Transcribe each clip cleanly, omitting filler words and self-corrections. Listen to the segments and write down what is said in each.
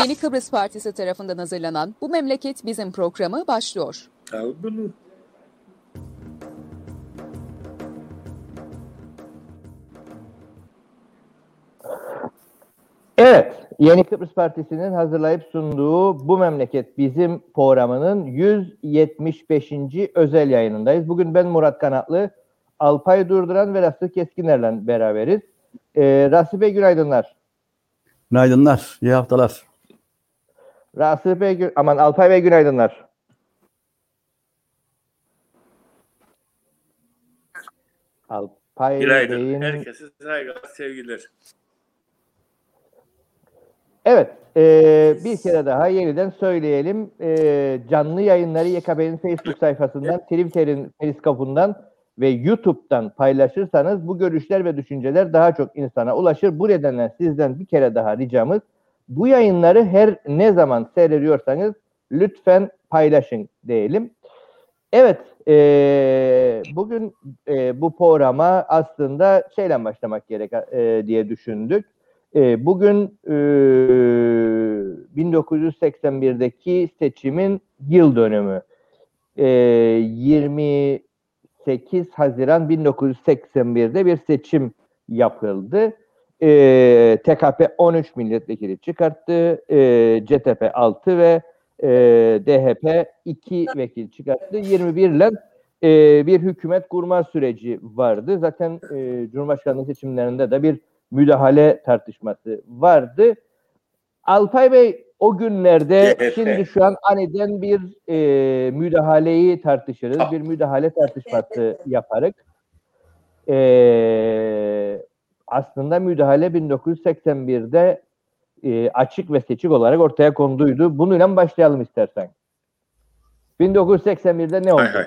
Yeni Kıbrıs Partisi tarafından hazırlanan Bu Memleket Bizim programı başlıyor. Al bunu. Evet, Yeni Kıbrıs Partisi'nin hazırlayıp sunduğu Bu Memleket Bizim programının 175. özel yayınındayız. Bugün ben Murat Kanatlı, Alpay Durduran ve Rasif Keskiner'le beraberiz. Rasif Bey günaydınlar. Günaydınlar, iyi haftalar. Rasif Bey, Alpay Bey günaydınlar. Alpay Günaydın. Bey'in... Herkese saygılar, sevgiler. Evet, bir kere daha yeniden söyleyelim. Canlı yayınları YKB'nin Facebook sayfasından, Twitter'in Periskop'undan ve YouTube'dan paylaşırsanız bu görüşler ve düşünceler daha çok insana ulaşır. Bu nedenle sizden bir kere daha ricamız, bu yayınları her ne zaman seyrediyorsanız lütfen paylaşın diyelim. Evet, bugün bu programa aslında şeyle başlamak gerek diye düşündük. Bugün 1981'deki seçimin yıl dönümü. 28 Haziran 1981'de bir seçim yapıldı. TKP 13 milletvekili çıkarttı. CTP 6 ve DHP 2 vekil çıkarttı. 21 ile bir hükümet kurma süreci vardı. Zaten Cumhurbaşkanlığı seçimlerinde de bir müdahale tartışması vardı. Alpay Bey o günlerde şimdi şu an aniden bir müdahaleyi tartışırız. Bir müdahale tartışması yaparız. Aslında müdahale 1981'de açık ve seçik olarak ortaya konduydu. Bununla başlayalım istersen. 1981'de ne oldu? Hay hay.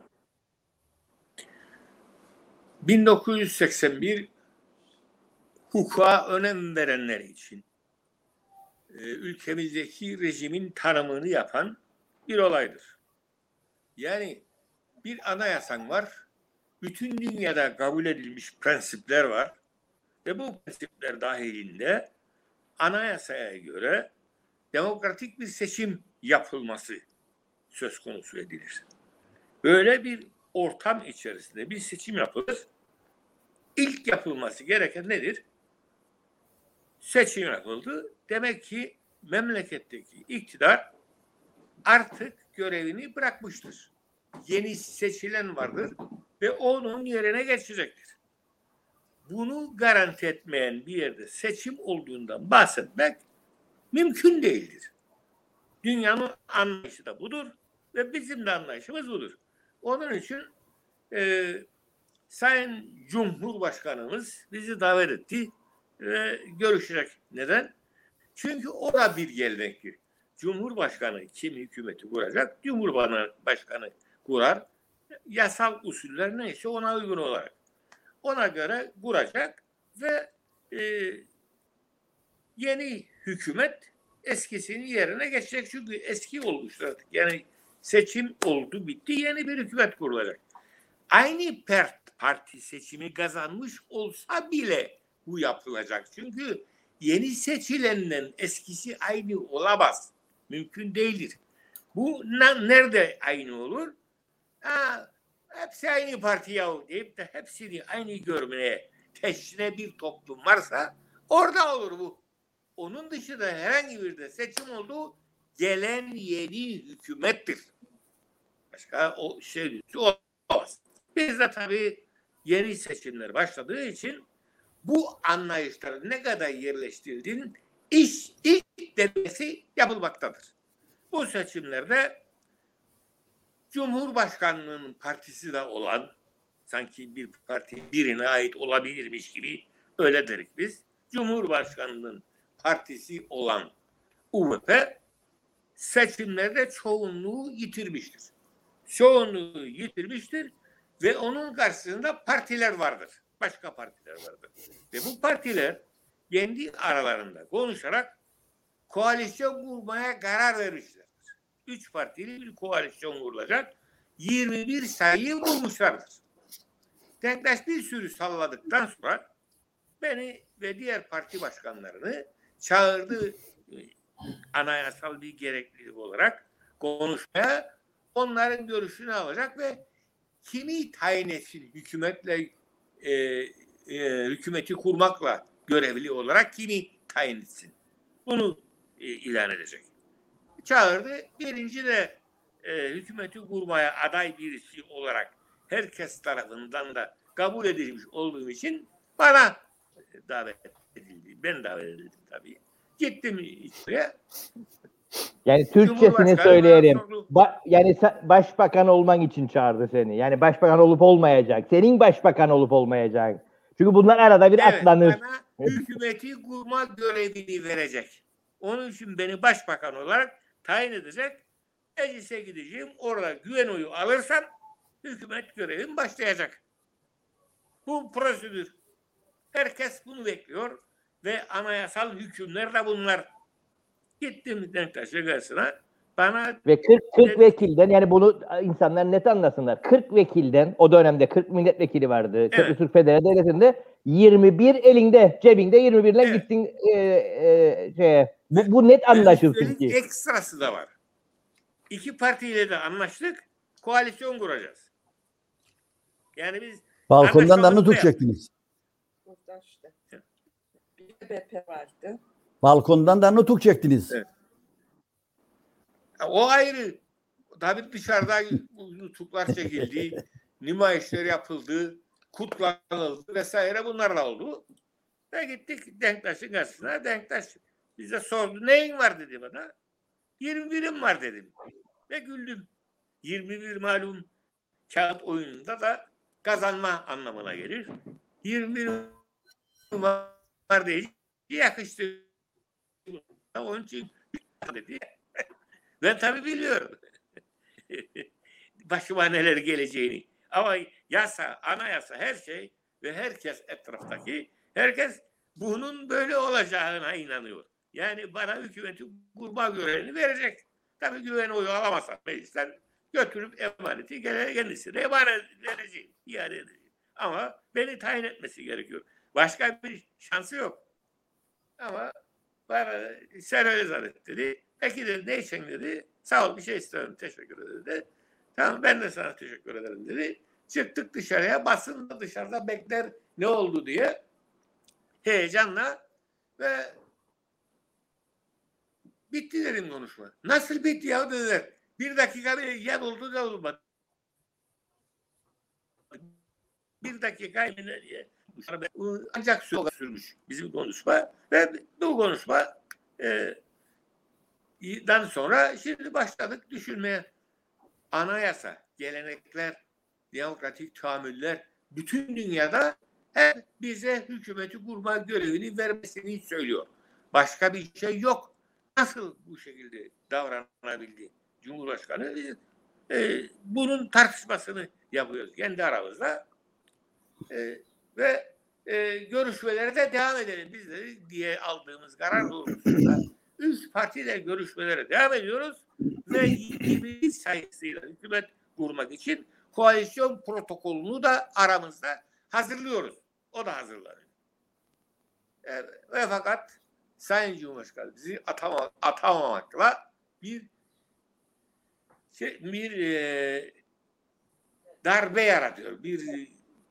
1981 hukuka önem verenler için ülkemizdeki rejimin tanımını yapan bir olaydır. Yani bir anayasan var, bütün dünyada kabul edilmiş prensipler var ve bu prensipler dahilinde anayasaya göre demokratik bir seçim yapılması söz konusu edilir. Böyle bir ortam içerisinde bir seçim yapılır. İlk yapılması gereken nedir? Seçim yapıldı. Demek ki memleketteki iktidar artık görevini bırakmıştır. Yeni seçilen vardır ve onun yerine geçecektir. Bunu garanti etmeyen bir yerde seçim olduğundan bahsetmek mümkün değildir. Dünyanın anlayışı da budur ve bizim de anlayışımız budur. Onun için Sayın Cumhurbaşkanımız bizi davet etti ve görüşecek. Neden? Çünkü o da bir gelenektir. Cumhurbaşkanı kim hükümeti kuracak? Cumhurbaşkanı kurar. Yasal usuller neyse ona uygun olarak. Ona göre kuracak ve yeni hükümet eskisinin yerine geçecek. Çünkü eski olmuştur artık. Yani seçim oldu bitti, yeni bir hükümet kurulacak. Aynı parti seçimi kazanmış olsa bile bu yapılacak. Çünkü yeni seçilenlerin eskisi aynı olamaz. Mümkün değildir. Bu nerede aynı olur? Hepsi aynı parti yahu deyip de hepsini aynı görmeye teşne bir toplum varsa orada olur bu. Onun dışında herhangi bir de seçim olduğu gelen yeni hükümettir. Başka o şey olmaz. Biz de tabii yeni seçimler başladığı için bu anlayışların ne kadar yerleştirildiğinin ilk denemesi yapılmaktadır. Bu seçimlerde Cumhurbaşkanlığının partisi de olan, sanki bir parti birine ait olabilirmiş gibi öyle deriz biz. Cumhurbaşkanlığının partisi olan UMP seçimlerde çoğunluğu yitirmiştir. Çoğunluğu yitirmiştir ve onun karşısında partiler vardır. Başka partiler vardır. Ve bu partiler kendi aralarında konuşarak koalisyon kurmaya karar vermişlerdir. 3 partili bir koalisyon kurulacak. 21 sayıyı bulmuşlardır. Denktaş bir sürü salladıktan sonra beni ve diğer parti başkanlarını çağırdı anayasal bir gereklilik olarak konuşmaya, onların görüşünü alacak ve kimi tayin etsin hükümeti kurmakla görevli olarak kimi tayin etsin. Bunu ilan edecek. Çağırdı. Birinci de hükümeti kurmaya aday birisi olarak herkes tarafından da kabul edilmiş olduğum için bana davet edildi. Ben davet edildim tabii. Gittim içeriye. Yani Türkçesini söyleyelim. Yani başbakan olman için çağırdı seni. Yani başbakan olup olmayacak. Senin başbakan olup olmayacak. Çünkü bunlar arada bir atlanır. Bana hükümeti kurma görevini verecek. Onun için beni başbakan olarak tayin edecek. Meclise gideceğim. Orada güven oyu alırsam hükümet görevim başlayacak. Bu prosedür. Herkes bunu bekliyor ve anayasal hükümler de bunlar. Gittim Denktaş'ın karşısına. Bana ve 40 vekilden, yani bunu insanlar net anlasınlar. 40 vekilden, o dönemde 40 milletvekili vardı. Kıbrıs Türk Federasyonu Devleti'nde 21 elinde, cebinde 21 ile gittin bu net anlaşılsın ki. Ekstrası da var. İki partiyle de anlaştık. Koalisyon kuracağız. Yani biz balkondan da nutuk çektiniz. Burada işte. BP vardı. Balkondan da nutuk çektiniz. Evet. O ayrı. Tabii dışarıda nutuklar çekildi. Nümayişler yapıldı. Kutlanıldı vesaire, bunlarla oldu. Ve gittik Denktaş'ın karşısına. Denktaş bize sordu. Neyin var dedi bana. 21'im var dedim. Ve güldüm. 21 malum kağıt oyununda da kazanma anlamına gelir. 21 var değil. Yakıştı. Onun için dedi. Ben tabii biliyorum. Başıma neler geleceğini. Ama yasa, anayasa, her şey ve herkes, etraftaki herkes bunun böyle olacağına inanıyor. Yani bana hükümeti kurma görevini verecek. Tabii güven oyu alamazsam meclisten götürüp emaneti kendisine emanet vereceğim, iade edeceğim. Ama beni tayin etmesi gerekiyor. Başka bir şansı yok. Ama bana sen öyle zannet dedi. Peki dedi, ne için dedi. Sağ ol, bir şey istiyorum, teşekkür ederim dedi. Tamam, ben de sana teşekkür ederim dedi. Çıktık dışarıya, basın da dışarıda bekler ne oldu diye heyecanla ve bitti dedim konuşma. Nasıl bitti ya dediler. 1 dakika bir yan oldu da olmadı. 1 dakika diye. Ancak sürmüş bizim konuşma ve bu konuşma dan sonra şimdi başladık düşünmeye. Anayasa, gelenekler, demokratik tahammüller bütün dünyada hep bize hükümeti kurma görevini vermesini söylüyor. Başka bir şey yok. Nasıl bu şekilde davranabildi Cumhurbaşkanı? Bunun tartışmasını yapıyoruz kendi aramızda. Ve görüşmelere de devam edelim biz de diye aldığımız karar doğrultusunda 3 partiyle görüşmelere devam ediyoruz ve 21 sayısıyla hükümet kurmak için koalisyon protokolünü de aramızda hazırlıyoruz. O da hazırlanıyor. Ve fakat Sayın Cumhurbaşkanı bizi atamamakla bir darbe yaratıyor. Bir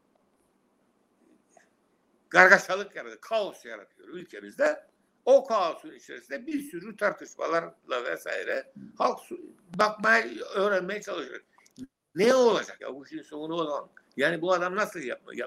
kargaşalık yaratıyor. Kaos yaratıyor ülkemizde. O kaosun içerisinde bir sürü tartışmalarla vesaire halk bakmaya, öğrenmeye çalışıyor. Ne olacak ya bu işin sonu o zaman? Yani bu adam nasıl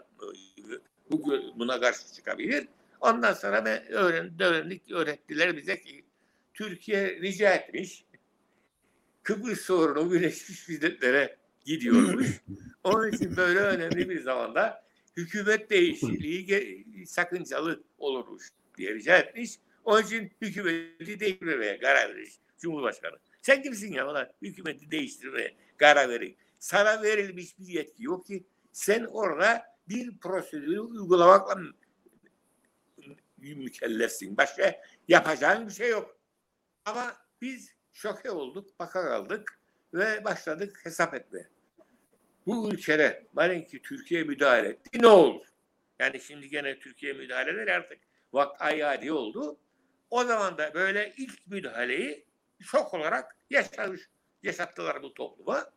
buna karşı çıkabilir? Ondan sonra öğrettiler bize ki Türkiye rica etmiş. Kıbrıs sorunu Birleşmiş Milletler'e gidiyormuş. Onun için böyle önemli bir zamanda hükümet değişikliği sakıncalı olurmuş diye rica etmiş. Onun için hükümeti değiştirmeye karar vermiş Cumhurbaşkanı. Sen kimsin ya bana hükümeti değiştirmeye karar verin? Sana verilmiş bir yetki yok ki sen orada bir prosedürü uygulamakla mükellefsin. Başka yapacağın bir şey yok. Ama biz şoke olduk, baka kaldık ve başladık hesap etmeye. Bu ülkede madem ki Türkiye müdahale etti ne olur? Yani şimdi gene Türkiye müdahale eder artık. Vakayadi oldu. O zaman da böyle ilk müdahaleyi şok olarak yaşattılar bu topluma.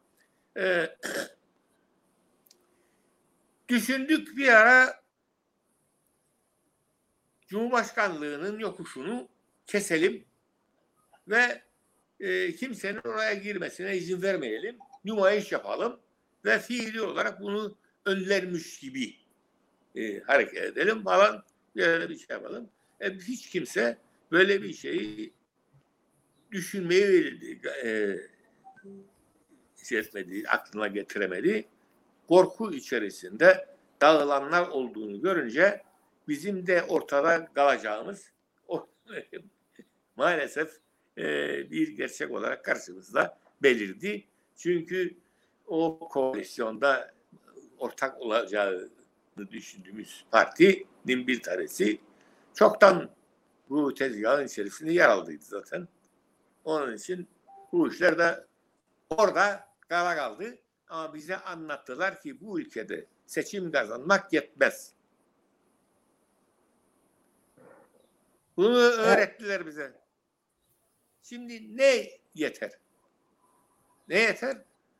Düşündük bir ara Cumhurbaşkanlığının yokuşunu keselim ve kimsenin oraya girmesine izin vermeyelim. Nümayiş yapalım ve fiili olarak bunu önlermiş gibi hareket edelim falan, böyle bir şey yapalım. Hiç kimse böyle bir şeyi düşünmeyi etmedi, aklına getiremedi. Korku içerisinde dağılanlar olduğunu görünce bizim de ortada kalacağımız maalesef bir gerçek olarak karşımızda belirdi. Çünkü o koalisyonda ortak olacağını düşündüğümüz partinin bir tanesi çoktan bu tezgahın içerisinde yer aldıydı zaten. Onun için bu işler de orada kala kaldı. Ama bize anlattılar ki bu ülkede seçim kazanmak yetmez. Bunu öğrettiler bize. Şimdi ne yeter? Ne yeter?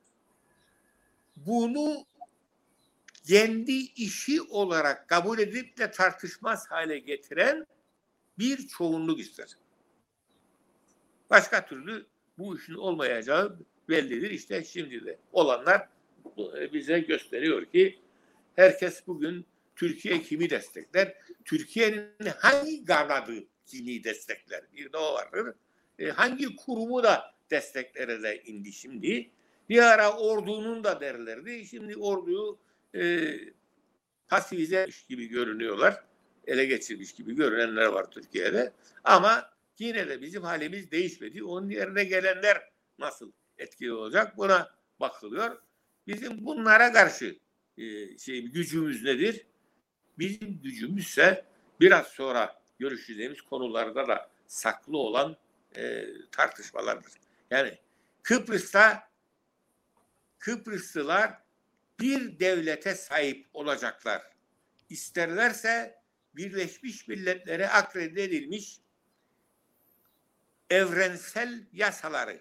Bunu kendi işi olarak kabul edip de tartışmaz hale getiren bir çoğunluk ister. Başka türlü bu işin olmayacağı bellidir. İşte şimdi de olanlar bize gösteriyor ki herkes bugün Türkiye kimi destekler? Türkiye'nin hangi kanadı kimi destekler? Bir de o vardır. Hangi kurumu da desteklere de indi şimdi. Bir ara ordunun da derlerdi. Şimdi orduyu pasifize etmiş gibi görünüyorlar. Ele geçirmiş gibi görünenler var Türkiye'de. Ama yine de bizim halimiz değişmedi. Onun yerine gelenler nasıl etkili olacak? Buna bakılıyor. Bizim bunlara karşı gücümüz nedir? Bizim gücümüzse biraz sonra görüşeceğimiz konularda da saklı olan tartışmalardır. Yani Kıbrıslılar bir devlete sahip olacaklar. İsterlerse Birleşmiş Milletler'e akredite edilmiş evrensel yasaları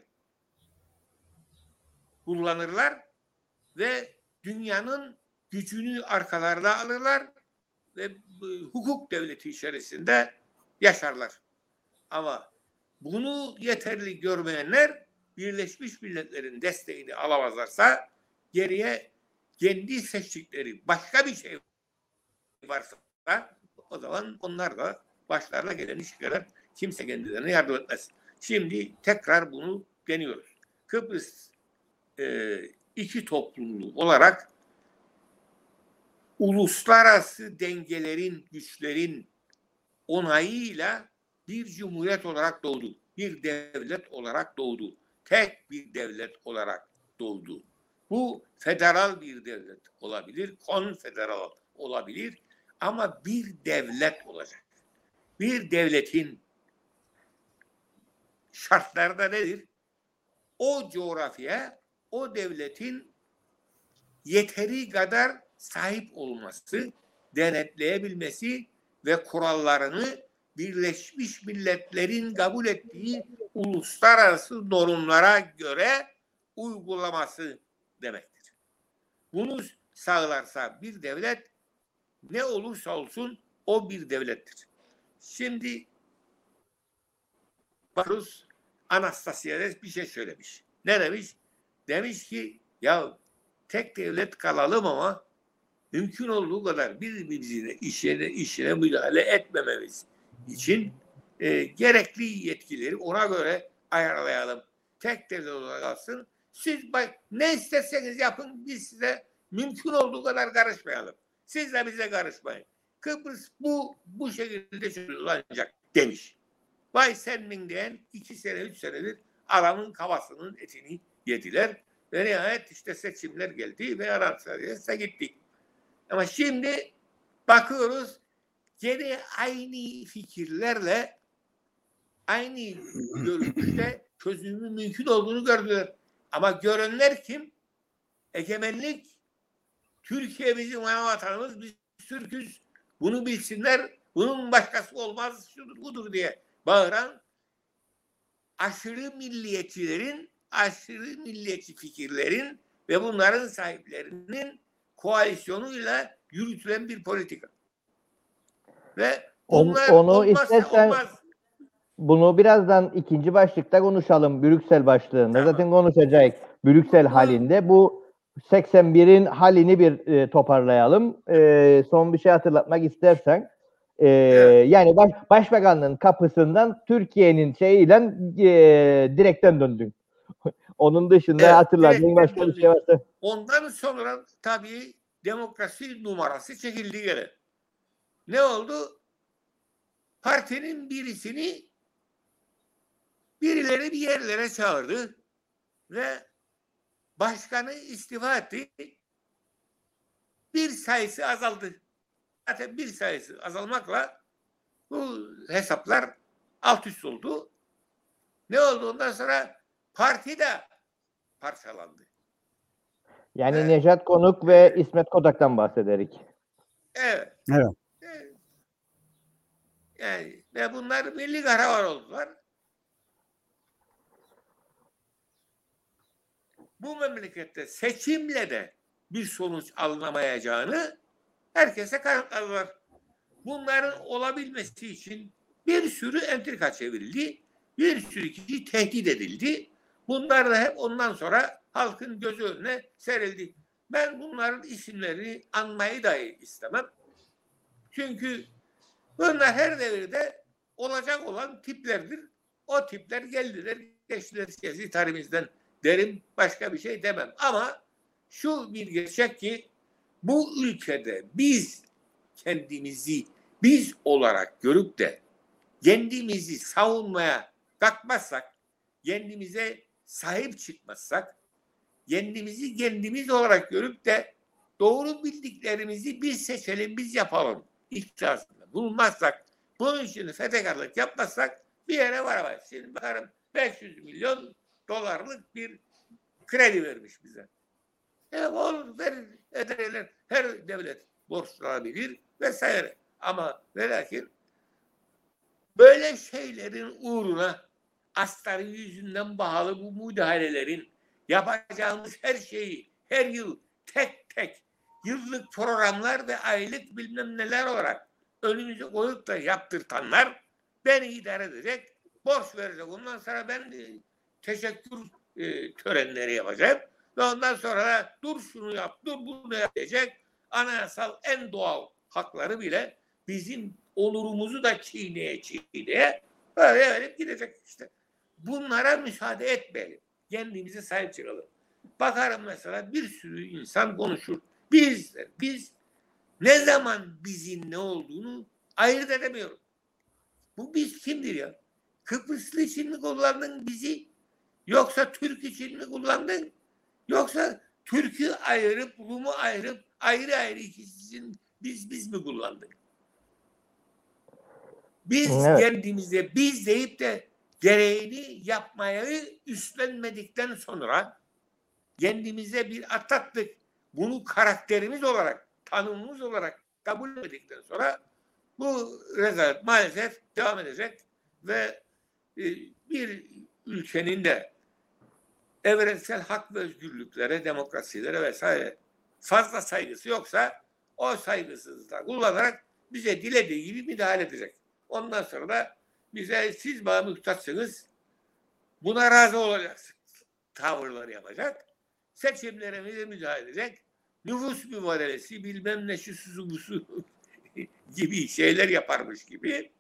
kullanırlar ve dünyanın gücünü arkalarına alırlar ve hukuk devleti içerisinde yaşarlar. Ama bunu yeterli görmeyenler Birleşmiş Milletler'in desteğini alamazlarsa geriye kendi seçtikleri başka bir şey varsa o zaman onlar da başlarına gelen iş görer. Kimse kendilerine yardım etmez. Şimdi tekrar bunu deniyoruz. Kıbrıs iki toplumlu olarak uluslararası dengelerin, güçlerin onayıyla bir cumhuriyet olarak doğdu. Bir devlet olarak doğdu. Tek bir devlet olarak doğdu. Bu federal bir devlet olabilir, konfederal olabilir ama bir devlet olacak. Bir devletin şartları da nedir? O coğrafyaya, o devletin yeteri kadar sahip olması, denetleyebilmesi ve kurallarını Birleşmiş Milletler'in kabul ettiği uluslararası normlara göre uygulaması demektir. Bunu sağlarsa bir devlet ne olursa olsun o bir devlettir. Şimdi bakıyoruz, Anastasiades bir şey söylemiş. Ne demiş? Demiş ki ya tek devlet kalalım ama mümkün olduğu kadar birbirimizin işine müdahale etmememiz için gerekli yetkileri ona göre ayarlayalım. Tek devlet olarak kalsın. Siz ne isterseniz yapın, biz size mümkün olduğu kadar karışmayalım. Siz de bize karışmayın. Kıbrıs bu şekilde çözülecek demiş. Vay sen min diyen 2 sene 3 senedir adamın kafasının etini yediler. Ve nihayet işte seçimler geldi ve Anastasiades'e gittik. Ama şimdi bakıyoruz gene aynı fikirlerle aynı görüşte çözümün mümkün olduğunu gördüler. Ama görenler kim? Egemenlik, Türkiye bizim ana vatanımız, biz Türk'üz. Bunu bilsinler, bunun başkası olmaz, şudur budur diye bağıran aşırı milliyetçilerin, aşırı milliyetçi fikirlerin ve bunların sahiplerinin koalisyonuyla yürütülen bir politika. Ve bunlar Onu olmazsa istersen olmaz. bunu birazdan ikinci başlıkta konuşalım. Brüksel başlığında. Tamam. Zaten konuşacağız. Brüksel halinde. Bu 81'in halini bir toparlayalım. Son bir şey hatırlatmak istersen. Evet. Yani Başbakanlığın kapısından Türkiye'nin şeyiyle direkten döndün. Onun dışında Evet, hatırladığın direkten başka bir döndük. şey varsa. Ondan sonra tabii demokrasi numarası çekildi yere. Ne oldu? Partinin birileri bir yerlere çağırdı ve başkanı istifa etti. Bir sayısı azaldı. Zaten bir sayısı azalmakla bu hesaplar alt üst oldu. Ne oldu ondan sonra? Parti de parçalandı. Yani Evet. Nejat Konuk ve İsmet Kodak'tan bahsederik. Evet. Evet. Yani ve bunlar milli kahraman oldular. Bu memlekette seçimle de bir sonuç alınamayacağını herkese kanıtladılar. Bunların olabilmesi için bir sürü entrika çevrildi. Bir sürü kişi tehdit edildi. Bunlar da hep ondan sonra halkın gözü önüne serildi. Ben bunların isimlerini anmayı dahi istemem. Çünkü bunlar her devirde olacak olan tiplerdir. O tipler geldiler, geçtiler siyasi tarihimizden derim. Başka bir şey demem. Ama şu bir gerçek ki bu ülkede biz kendimizi biz olarak görüp de kendimizi savunmaya kalkmazsak, kendimize sahip çıkmazsak, kendimizi kendimiz olarak görüp de doğru bildiklerimizi biz seçelim, biz yapalım iddiasında bulunmazsak, bunun için fedakarlık yapmazsak bir yere varamayız. Şimdi bakarım 500 milyon dolarlık bir kredi vermiş bize. Olur, ederler. Her devlet borçlanabilir vesaire. Ama ve lakin böyle şeylerin uğruna astarı yüzünden bağlı bu müdahalelerin yapacağımız her şeyi her yıl tek tek yıllık programlar ve aylık bilmem neler olarak önümüze koyup da yaptırtanlar beni idare edecek, borç verecek. Ondan sonra ben teşekkür törenleri yapacağım. Ve ondan sonra da dur şunu yap, dur bunu yap diyecek. Anayasal en doğal hakları bile bizim onurumuzu da çiğneye böyle verip gidecek işte. Bunlara müsaade etmeyelim. Kendimize sahip çıkalım. Bakarım mesela bir sürü insan konuşur. Biz ne zaman bizim ne olduğunu ayırt edemiyorum. Bu biz kimdir ya? Kıbrıslı için mi kullandın bizi? Yoksa Türk için mi kullandın? Yoksa Türk'ü ayırıp, Rum'u ayırıp ayrı ayrı ikisinin biz mi kullandık? Biz Evet. kendimize biz deyip de gereğini yapmayı üstlenmedikten sonra kendimize bir atattık. Bunu karakterimiz olarak, tanımımız olarak kabul etmedikten sonra bu rezalet maalesef devam edecek ve bir ülkenin de evrensel hak ve özgürlüklere, demokrasilere vesaire fazla saygısı yoksa o saygısızlığı kullanarak bize dilediği gibi müdahale edecek. Ondan sonra da bize siz bana muhtaçsınız, buna razı olacaksınız tavırları yapacak. Seçimlerimize müdahale edecek. Nüfus mübadelesi bilmem ne şu busu gibi şeyler yaparmış gibi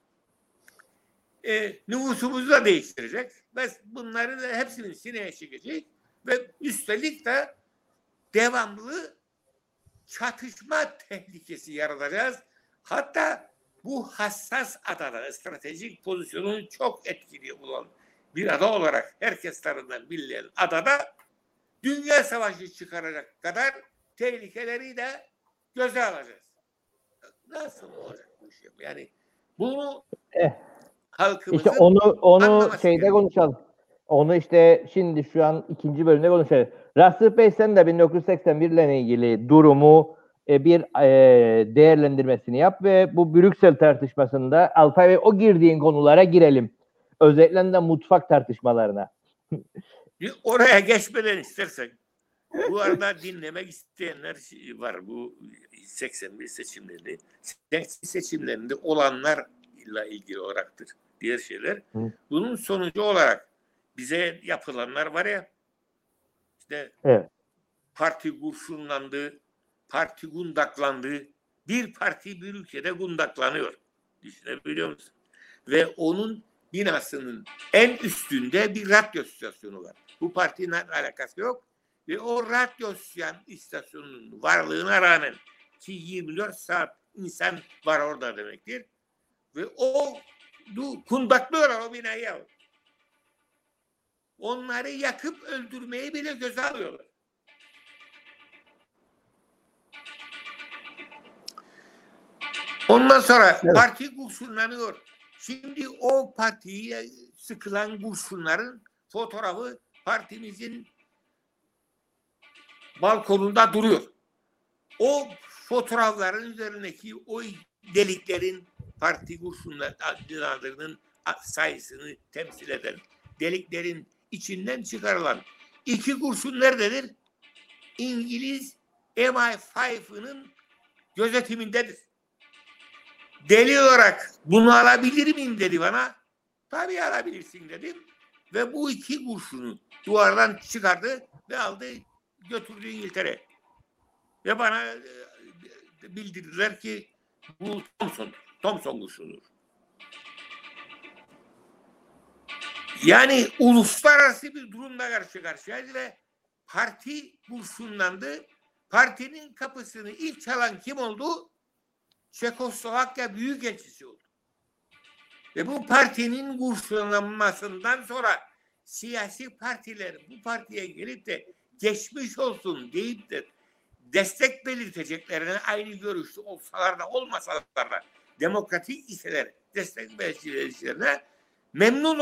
nüfusumuzu da değiştirecek ve bunları da hepsinin sineye çekecek ve üstelik de devamlı çatışma tehlikesi yaratacağız. Hatta bu hassas adada stratejik pozisyonu çok etkili olan bir ada olarak herkes tarafından bilinen adada dünya savaşı çıkaracak kadar tehlikeleri de göze alacağız. Nasıl olacak bu şey? Yani bunu halkımızın İşte onu anlaması şeyde gerekiyor. konuşalım. Onu işte şimdi şu an ikinci bölümde konuşalım. Rastık Bey sen de 1981 ile ilgili durumu bir değerlendirmesini yap ve bu Brüksel tartışmasında Alpay Bey o girdiğin konulara girelim. Özellikle de mutfak tartışmalarına. Oraya geçmeden istersen, bu arada dinlemek isteyenler var. Bu 81 seçimlerinde olanlarla ilgili olaraktır. Diğer şeyler. Hı. Bunun sonucu olarak bize yapılanlar var ya, işte Evet. parti kurşunlandı, parti gundaklandı. Bir parti bir ülkede gundaklanıyor. Düşünebiliyor musun? Ve onun binasının en üstünde bir radyo istasyonu var. Bu partinin alakası yok. Ve o radyo istasyonunun varlığına rağmen ki 24 saat insan var orada demektir. Ve o kundaklıyorlar o binayı. Onları yakıp öldürmeyi bile göze alıyorlar. Ondan sonra parti kurşunlanıyor. Şimdi o partiye sıkılan kurşunların fotoğrafı partimizin balkonunda duruyor. O fotoğrafların üzerindeki o deliklerin parti kurşunlarının sayısını temsil eden deliklerin içinden çıkarılan 2 kurşun nerededir? İngiliz MI5'ının gözetimindedir. Deli olarak bunu alabilir miyim dedi bana. Tabii alabilirsin dedim. Ve bu 2 kurşunu duvardan çıkardı ve aldı götürdü İngiltere. Ve bana bildirdiler ki bu Thompson kurşunudur. Yani uluslararası bir durumla karşı karşıyayız ve parti kurşunlandı. Partinin kapısını ilk çalan kim oldu? Çekoslovakya Büyükelçisi oldu. Ve bu partinin kurşunlanmasından sonra siyasi partiler bu partiye gelip de geçmiş olsun deyip de destek belirteceklerine aynı görüşte olsalar da olmasalar da demokratik iseler destek belirteceklerine memnun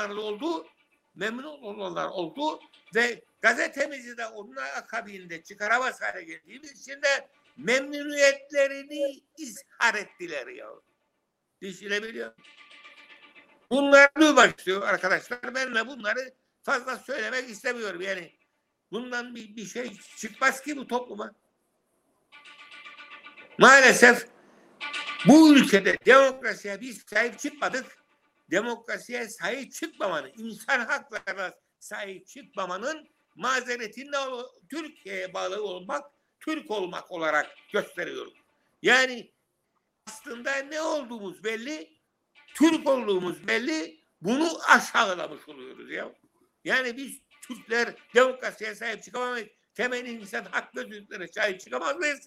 olanlar oldu ve gazetemizi de onun akabinde çıkaramaz hale geldiğimiz için de memnuniyetlerini izhar ettiler ya. Düşünebiliyor musun? Bunları duymak istiyor arkadaşlar. Ben de bunları fazla söylemek istemiyorum. Yani bundan bir şey çıkmaz ki bu topluma. Maalesef bu ülkede demokrasiye biz sahip çıkmadık. Demokrasiye sahip çıkmamanın, insan haklarına sahip çıkmamanın mazeretinde Türkiye'ye bağlı olmak, Türk olmak olarak gösteriyoruz. Yani aslında ne olduğumuz belli, Türk olduğumuz belli, bunu aşağılamış oluyoruz ya. Yani biz Türkler demokrasiye sahip çıkamayız. Temel insan hak ve özgürlüklere sahip çıkamaz mıyız?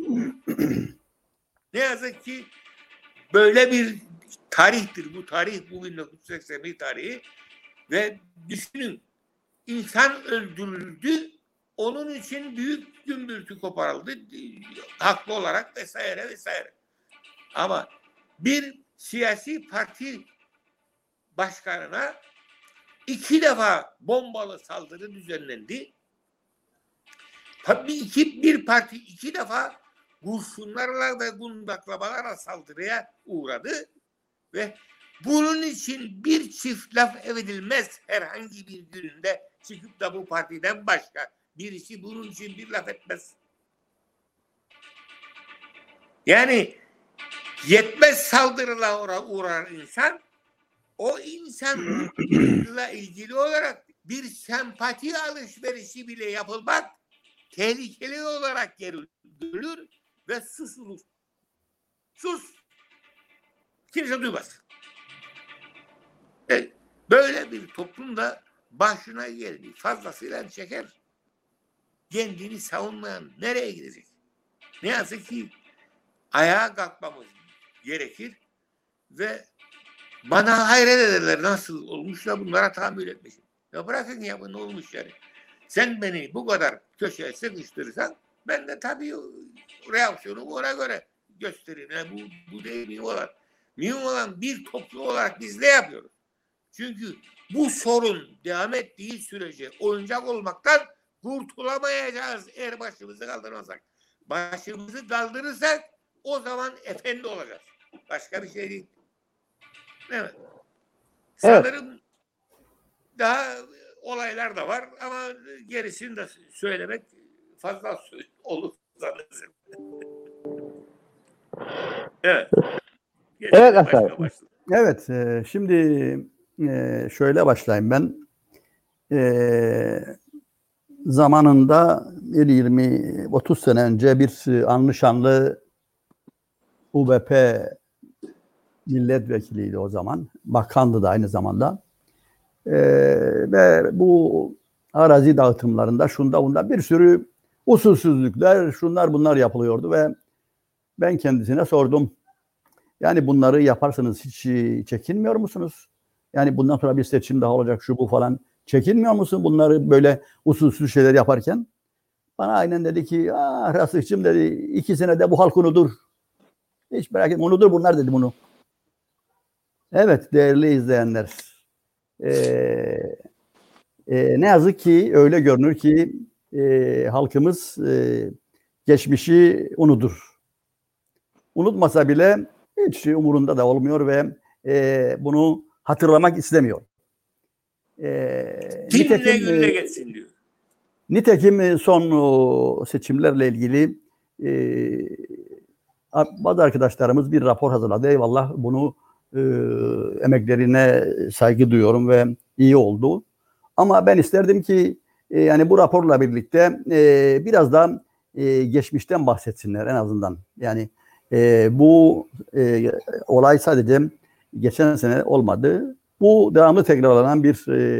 Ne yazık ki böyle bir tarihtir. Bu tarih bu 1981 tarihi ve düşünün insan öldürüldü. Onun için büyük gümbürtü koparıldı. Haklı olarak vesaire vesaire. Ama bir siyasi parti başkanına 2 defa bombalı saldırı düzenlendi. Bir parti 2 defa kurşunlarla ve gundaklamalarla saldırıya uğradı ve bunun için bir çift laf edilmez herhangi bir gününde çıkıp da bu partiden başka birisi bunun için bir laf etmez. Yani yetmez saldırıla uğrar insan, o insanla ilgili olarak bir sempati alışverişi bile yapılmak tehlikeli olarak görülür ve susulur. Sus. Kimse duymaz. Böyle bir toplumda başına geldi. Fazlasıyla çeker. Kendini savunmayan nereye gidecek? Ne yazık ki ayağa kalkmamız gerekir ve bana hayret ederler nasıl olmuş da bunlara tahammül etmişim. Ya bırakın ya bu ne olmuş yani. Sen beni bu kadar köşeye sıkıştırırsan ben de tabii reaksiyonu ona göre gösteririm. Yani bu değil mühim olan. Mühim olan bir toplum olarak biz ne yapıyoruz? Çünkü bu sorun devam ettiği sürece oyuncak olmaktan kurtulamayacağız eğer başımızı kaldırmazsak. başımızı kaldırırsak o zaman efendi olacağız. Başka bir şey değil. Evet. Sanırım daha olaylar da var ama gerisini de söylemek fazla olur sanırsın. Evet. Evet Hasan. Evet, şimdi şöyle başlayayım ben. Zamanında 20-30 sene önce bir anlı şanlı UBP milletvekiliydi o zaman. Bakandı da aynı zamanda. Ve bu arazi dağıtımlarında şunda bunda bir sürü usulsüzlükler, şunlar bunlar yapılıyordu ve ben kendisine sordum. Yani bunları yaparsanız hiç çekinmiyor musunuz? Yani bundan sonra bir seçim daha olacak şu bu falan. Çekinmiyor musun bunları böyle usulsüz şeyler yaparken? Bana aynen dedi ki Rasıkçım dedi 2 senede bu halk unutur. Hiç merak etme unutur bunlar dedi bunu. Evet değerli izleyenler. Ne yazık ki öyle görünür ki halkımız geçmişi unutur. Unutmasa bile hiç umurunda da olmuyor ve bunu hatırlamak istemiyor. Kimle gülle geçsin diyor. Nitekim son seçimlerle ilgili bazı arkadaşlarımız bir rapor hazırladı. Eyvallah bunu emeklerine saygı duyuyorum ve iyi oldu. Ama ben isterdim ki yani bu raporla birlikte biraz da geçmişten bahsetsinler en azından. Yani bu olay sadece geçen sene olmadı. Bu devamlı tekrarlanan bir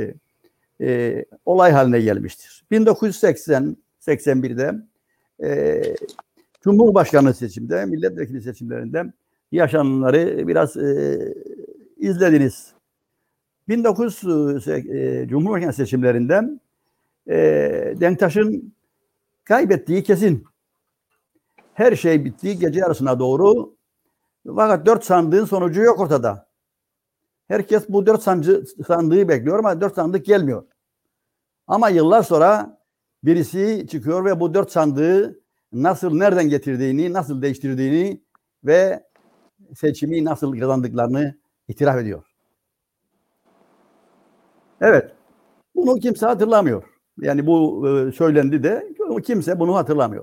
olay haline gelmiştir. 1980-81'de Cumhurbaşkanlığı seçiminde, milletvekili seçimlerinde yaşananları biraz izlediniz. 1900 Cumhurbaşkanı seçimlerinde Denktaş'ın kaybettiği kesin. Her şey bitti gece yarısına doğru. Fakat 4 sandığın sonucu yok ortada. Herkes bu 4 sandığı bekliyor ama 4 sandık gelmiyor. Ama yıllar sonra birisi çıkıyor ve bu 4 sandığı nasıl, nereden getirdiğini, nasıl değiştirdiğini ve seçimi nasıl kazandıklarını itiraf ediyor. Evet. Bunu kimse hatırlamıyor. Yani bu söylendi de kimse bunu hatırlamıyor.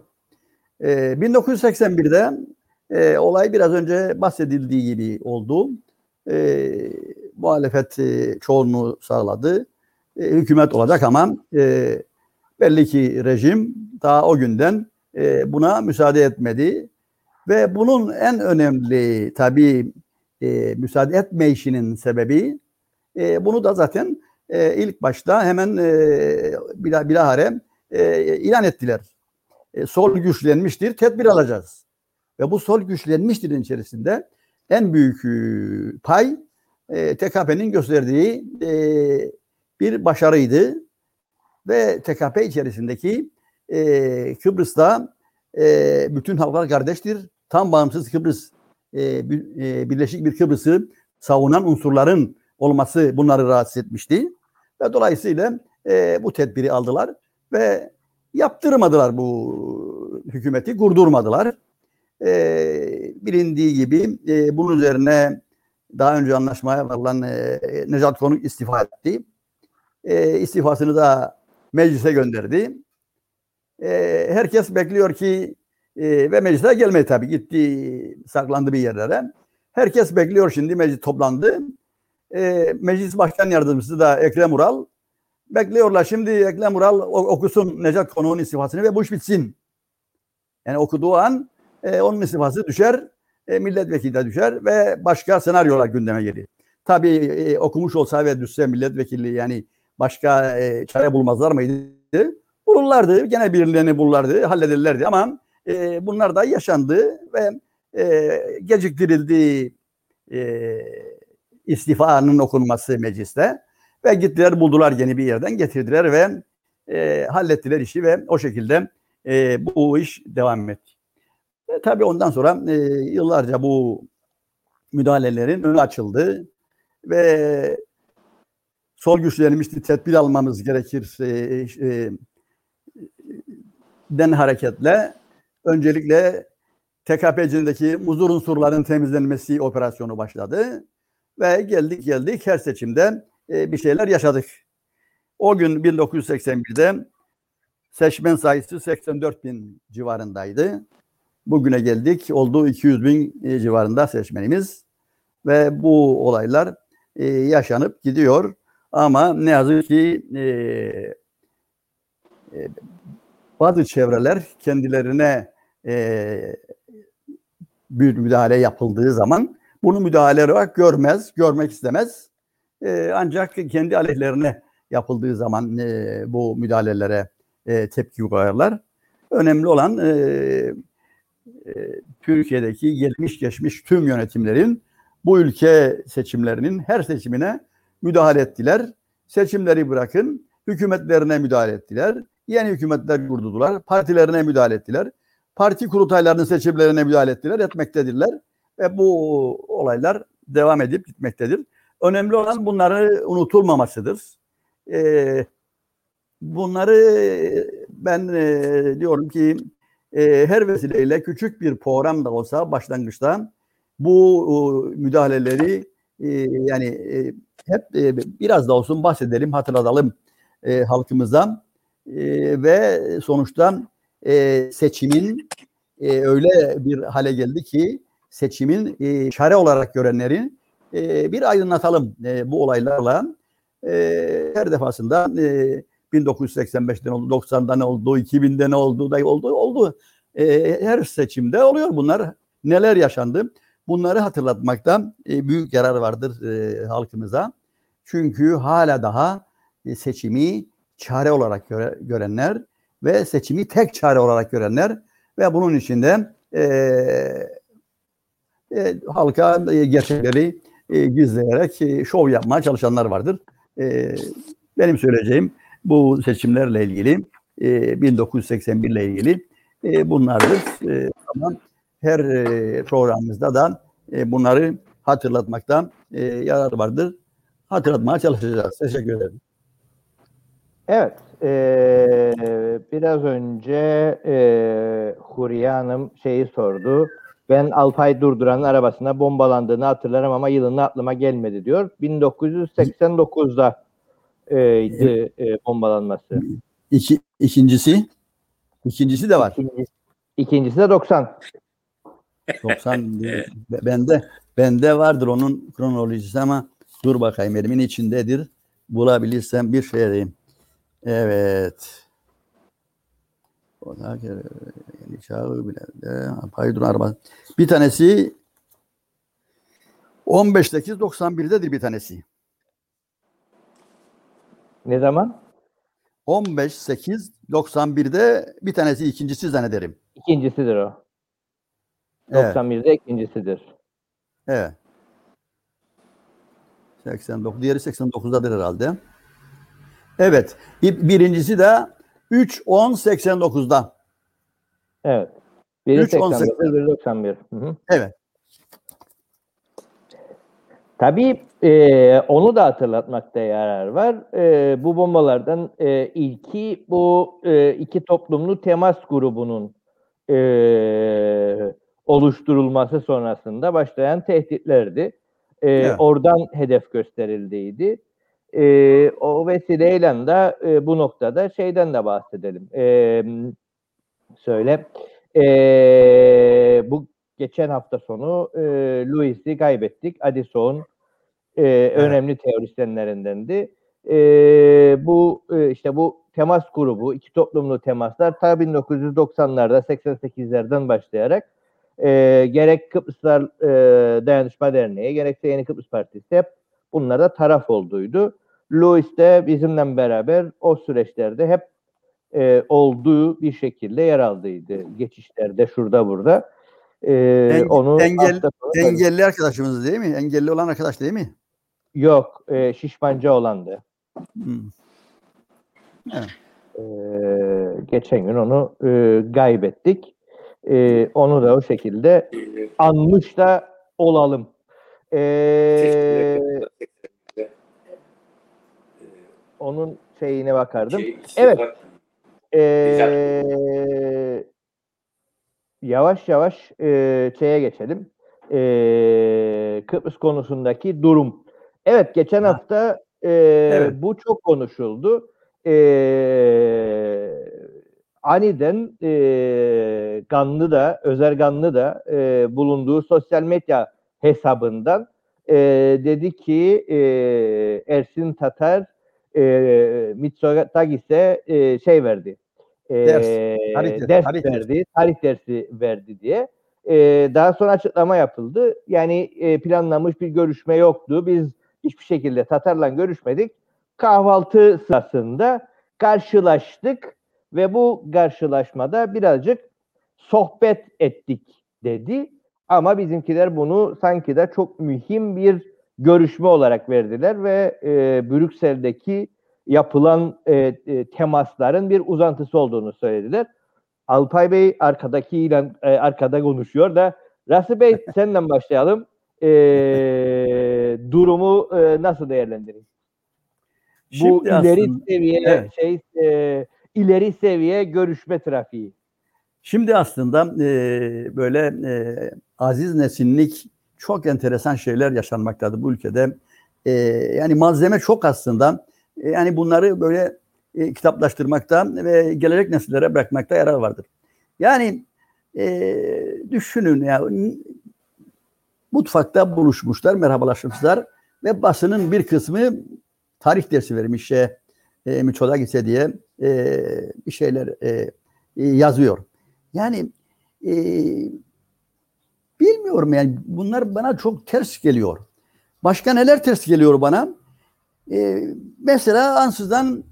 1981'de olay biraz önce bahsedildiği gibi oldu. Muhalefet çoğunluğu sağladı. Hükümet olacak ama belli ki rejim daha o günden buna müsaade etmedi. Ve bunun en önemli tabii müsaade etmeyişinin sebebi bunu da zaten ilk başta hemen bilahare ilan ettiler. Sol güçlenmiştir, tedbir alacağız. Ve bu sol güçlenmiştirin içerisinde en büyük pay TKP'nin gösterdiği bir başarıydı. Ve TKP içerisindeki Kıbrıs'ta bütün halklar kardeştir. Tam bağımsız Kıbrıs, birleşik bir Kıbrıs'ı savunan unsurların olması bunları rahatsız etmişti. Ve dolayısıyla bu tedbiri aldılar ve yaptırmadılar bu hükümeti, kurdurmadılar. Bilindiği gibi bunun üzerine daha önce anlaşmaya varılan Necat Konuk istifa etti. İstifasını da meclise gönderdi. Herkes bekliyor ki ve meclise gelmedi tabii. Gitti, saklandı bir yerlere. Herkes bekliyor şimdi meclis toplandı. Meclis Başkan Yardımcısı da Ekrem Ural. Bekliyorlar şimdi Ekrem Ural okusun Necat Konuk'un istifasını ve bu iş bitsin. Yani okuduğu an onun istifası düşer, milletvekili de düşer ve başka senaryolar gündeme gelir. Tabii okumuş olsa ve düşse milletvekili yani başka çare bulmazlar mıydı? Bulurlardı. Gene birilerini bulurlardı, hallederlerdi ama bunlar da yaşandı ve geciktirildi istifanın okunması mecliste ve gittiler buldular yeni bir yerden getirdiler ve hallettiler işi ve o şekilde bu iş devam etti. Tabii ondan sonra yıllarca bu müdahalelerin önü açıldı ve sol güçlenmişti, tedbir almamız gerekir den hareketle öncelikle TKP'cindeki muzur unsurların temizlenmesi operasyonu başladı. Ve geldik her seçimde bir şeyler yaşadık. O gün 1981'de seçmen sayısı 84 bin civarındaydı. Bugüne geldik, oldu 200 bin civarında seçmenimiz. Ve bu olaylar yaşanıp gidiyor. Ama ne yazık ki bazı çevreler kendilerine bir müdahale yapıldığı zaman bunu müdahale olarak görmek istemez. Ancak kendi aleyhlerine yapıldığı zaman bu müdahalelere tepki koyarlar. Önemli olan Türkiye'deki gelmiş geçmiş tüm yönetimlerin bu ülke seçimlerinin her seçimine müdahale ettiler. Seçimleri bırakın, hükümetlerine müdahale ettiler. Yeni hükümetler kurdular, partilerine müdahale ettiler. Parti kurultaylarının seçimlerine müdahale etmektedirler. Ve bu olaylar devam edip gitmektedir. Önemli olan bunları unutulmamasıdır. Bunları ben diyorum ki her vesileyle küçük bir program da olsa başlangıçta bu müdahaleleri yani hep biraz da olsun bahsedelim, hatırlatalım halkımıza ve sonuçta seçimin öyle bir hale geldi ki seçimin çare olarak görenlerin bir aydınlatalım bu olaylarla. Her defasında 1985'te ne oldu, 90'da ne oldu, 2000'de ne oldu, oldu. Her seçimde oluyor bunlar. Neler yaşandı? Bunları hatırlatmakta büyük yarar vardır halkımıza. Çünkü hala daha seçimi çare olarak görenler ve seçimi tek çare olarak görenler ve bunun içinde halka gerçekleri gizleyerek şov yapmaya çalışanlar vardır. Benim söyleyeceğim bu seçimlerle ilgili 1981 ile ilgili bunlardır. Ama her programımızda da bunları hatırlatmakta yarar vardır. Hatırlatmaya çalışacağız. Teşekkür ederim. Evet. Biraz önce Huriye Hanım şeyi sordu. Ben Alpay Durduran'ın arabasına bombalandığını hatırlarım ama yılını aklıma gelmedi diyor. 1989'da bombalanması. İkincisi de var. İkincisi de 90. 90 bende vardır onun kronolojisi ama dur bakayım elimin içindedir. Bulabilirsem bir şey diyeyim. Evet. O da çağı bile Paydun araba. Bir tanesi 15.8.91'dedir bir tanesi. Ne zaman? 15.8.91'de bir tanesi, ikincisi zannederim. İkincisidir o. 91'de ikincisidir. Evet. 89. Diğeri 89'dadır herhalde. Evet. Birincisi de 3.10.89'da. Evet. Biri 89, biri 91. Hı-hı. Evet. Tabii onu da hatırlatmakta yarar var. Bu bombalardan ilki bu iki toplumlu temas grubunun oluşturulması sonrasında başlayan tehditlerdi. Evet. Oradan hedef gösterildiydi. O vesileyle de bu noktada şeyden de bahsedelim. Bu geçen hafta sonu Louis'i kaybettik. Addison önemli teorisyenlerindendi. İşte bu temas grubu, iki toplumlu temaslar ta 1990'larda 88'lerden başlayarak gerek Kıbrıslar Dayanışma Derneği gerekse Yeni Kıbrıs Partisi hep bunlara taraf olduydu. Louis de bizimle beraber o süreçlerde hep olduğu bir şekilde yer aldıydı. Geçişlerde şurada burada. Onu engelli arkadaşımız değil mi? Engelli olan arkadaş değil mi? Yok. Şişmancı olandı. Evet. Geçen gün onu kaybettik. Onu da o şekilde anmış da olalım. Onun şeyine bakardım. Evet. yavaş yavaş şeye geçelim. Kıbrıs konusundaki durum. Evet, geçen hafta Evet. bu çok konuşuldu. Aniden Özer Ganlı da bulunduğu sosyal medya hesabından dedi ki Ersin Tatar Mitsotakis'e şey verdi. Ders. Ders Tarih dersi. verdi, tarih dersi verdi diye. Daha sonra açıklama yapıldı. Yani planlanmış bir görüşme yoktu. Biz hiçbir şekilde Tatar'la görüşmedik. Kahvaltı sırasında karşılaştık ve bu karşılaşmada birazcık sohbet ettik dedi. Ama bizimkiler bunu sanki de çok mühim bir görüşme olarak verdiler ve Brüksel'deki yapılan temasların bir uzantısı olduğunu söylediler. Alpay Bey arkada konuşuyor da Rasim Bey senden başlayalım. Durumu nasıl değerlendirin? Bu Şimdi aslında, evet. ileri seviye görüşme trafiği. Şimdi aslında böyle aziz nesinlik çok enteresan şeyler yaşanmaktadır bu ülkede. Yani malzeme çok aslında. Yani bunları böyle kitaplaştırmakta ve gelecek nesillere bırakmakta yarar vardır. Yani düşünün ya, mutfakta buluşmuşlar, merhabalaşmışlar ve basının bir kısmı tarih dersi vermiş Mitsotakis'e diye bir şeyler yazıyor. Yani bilmiyorum, yani bunlar bana çok ters geliyor. Başka neler ters geliyor bana? Mesela ansızdan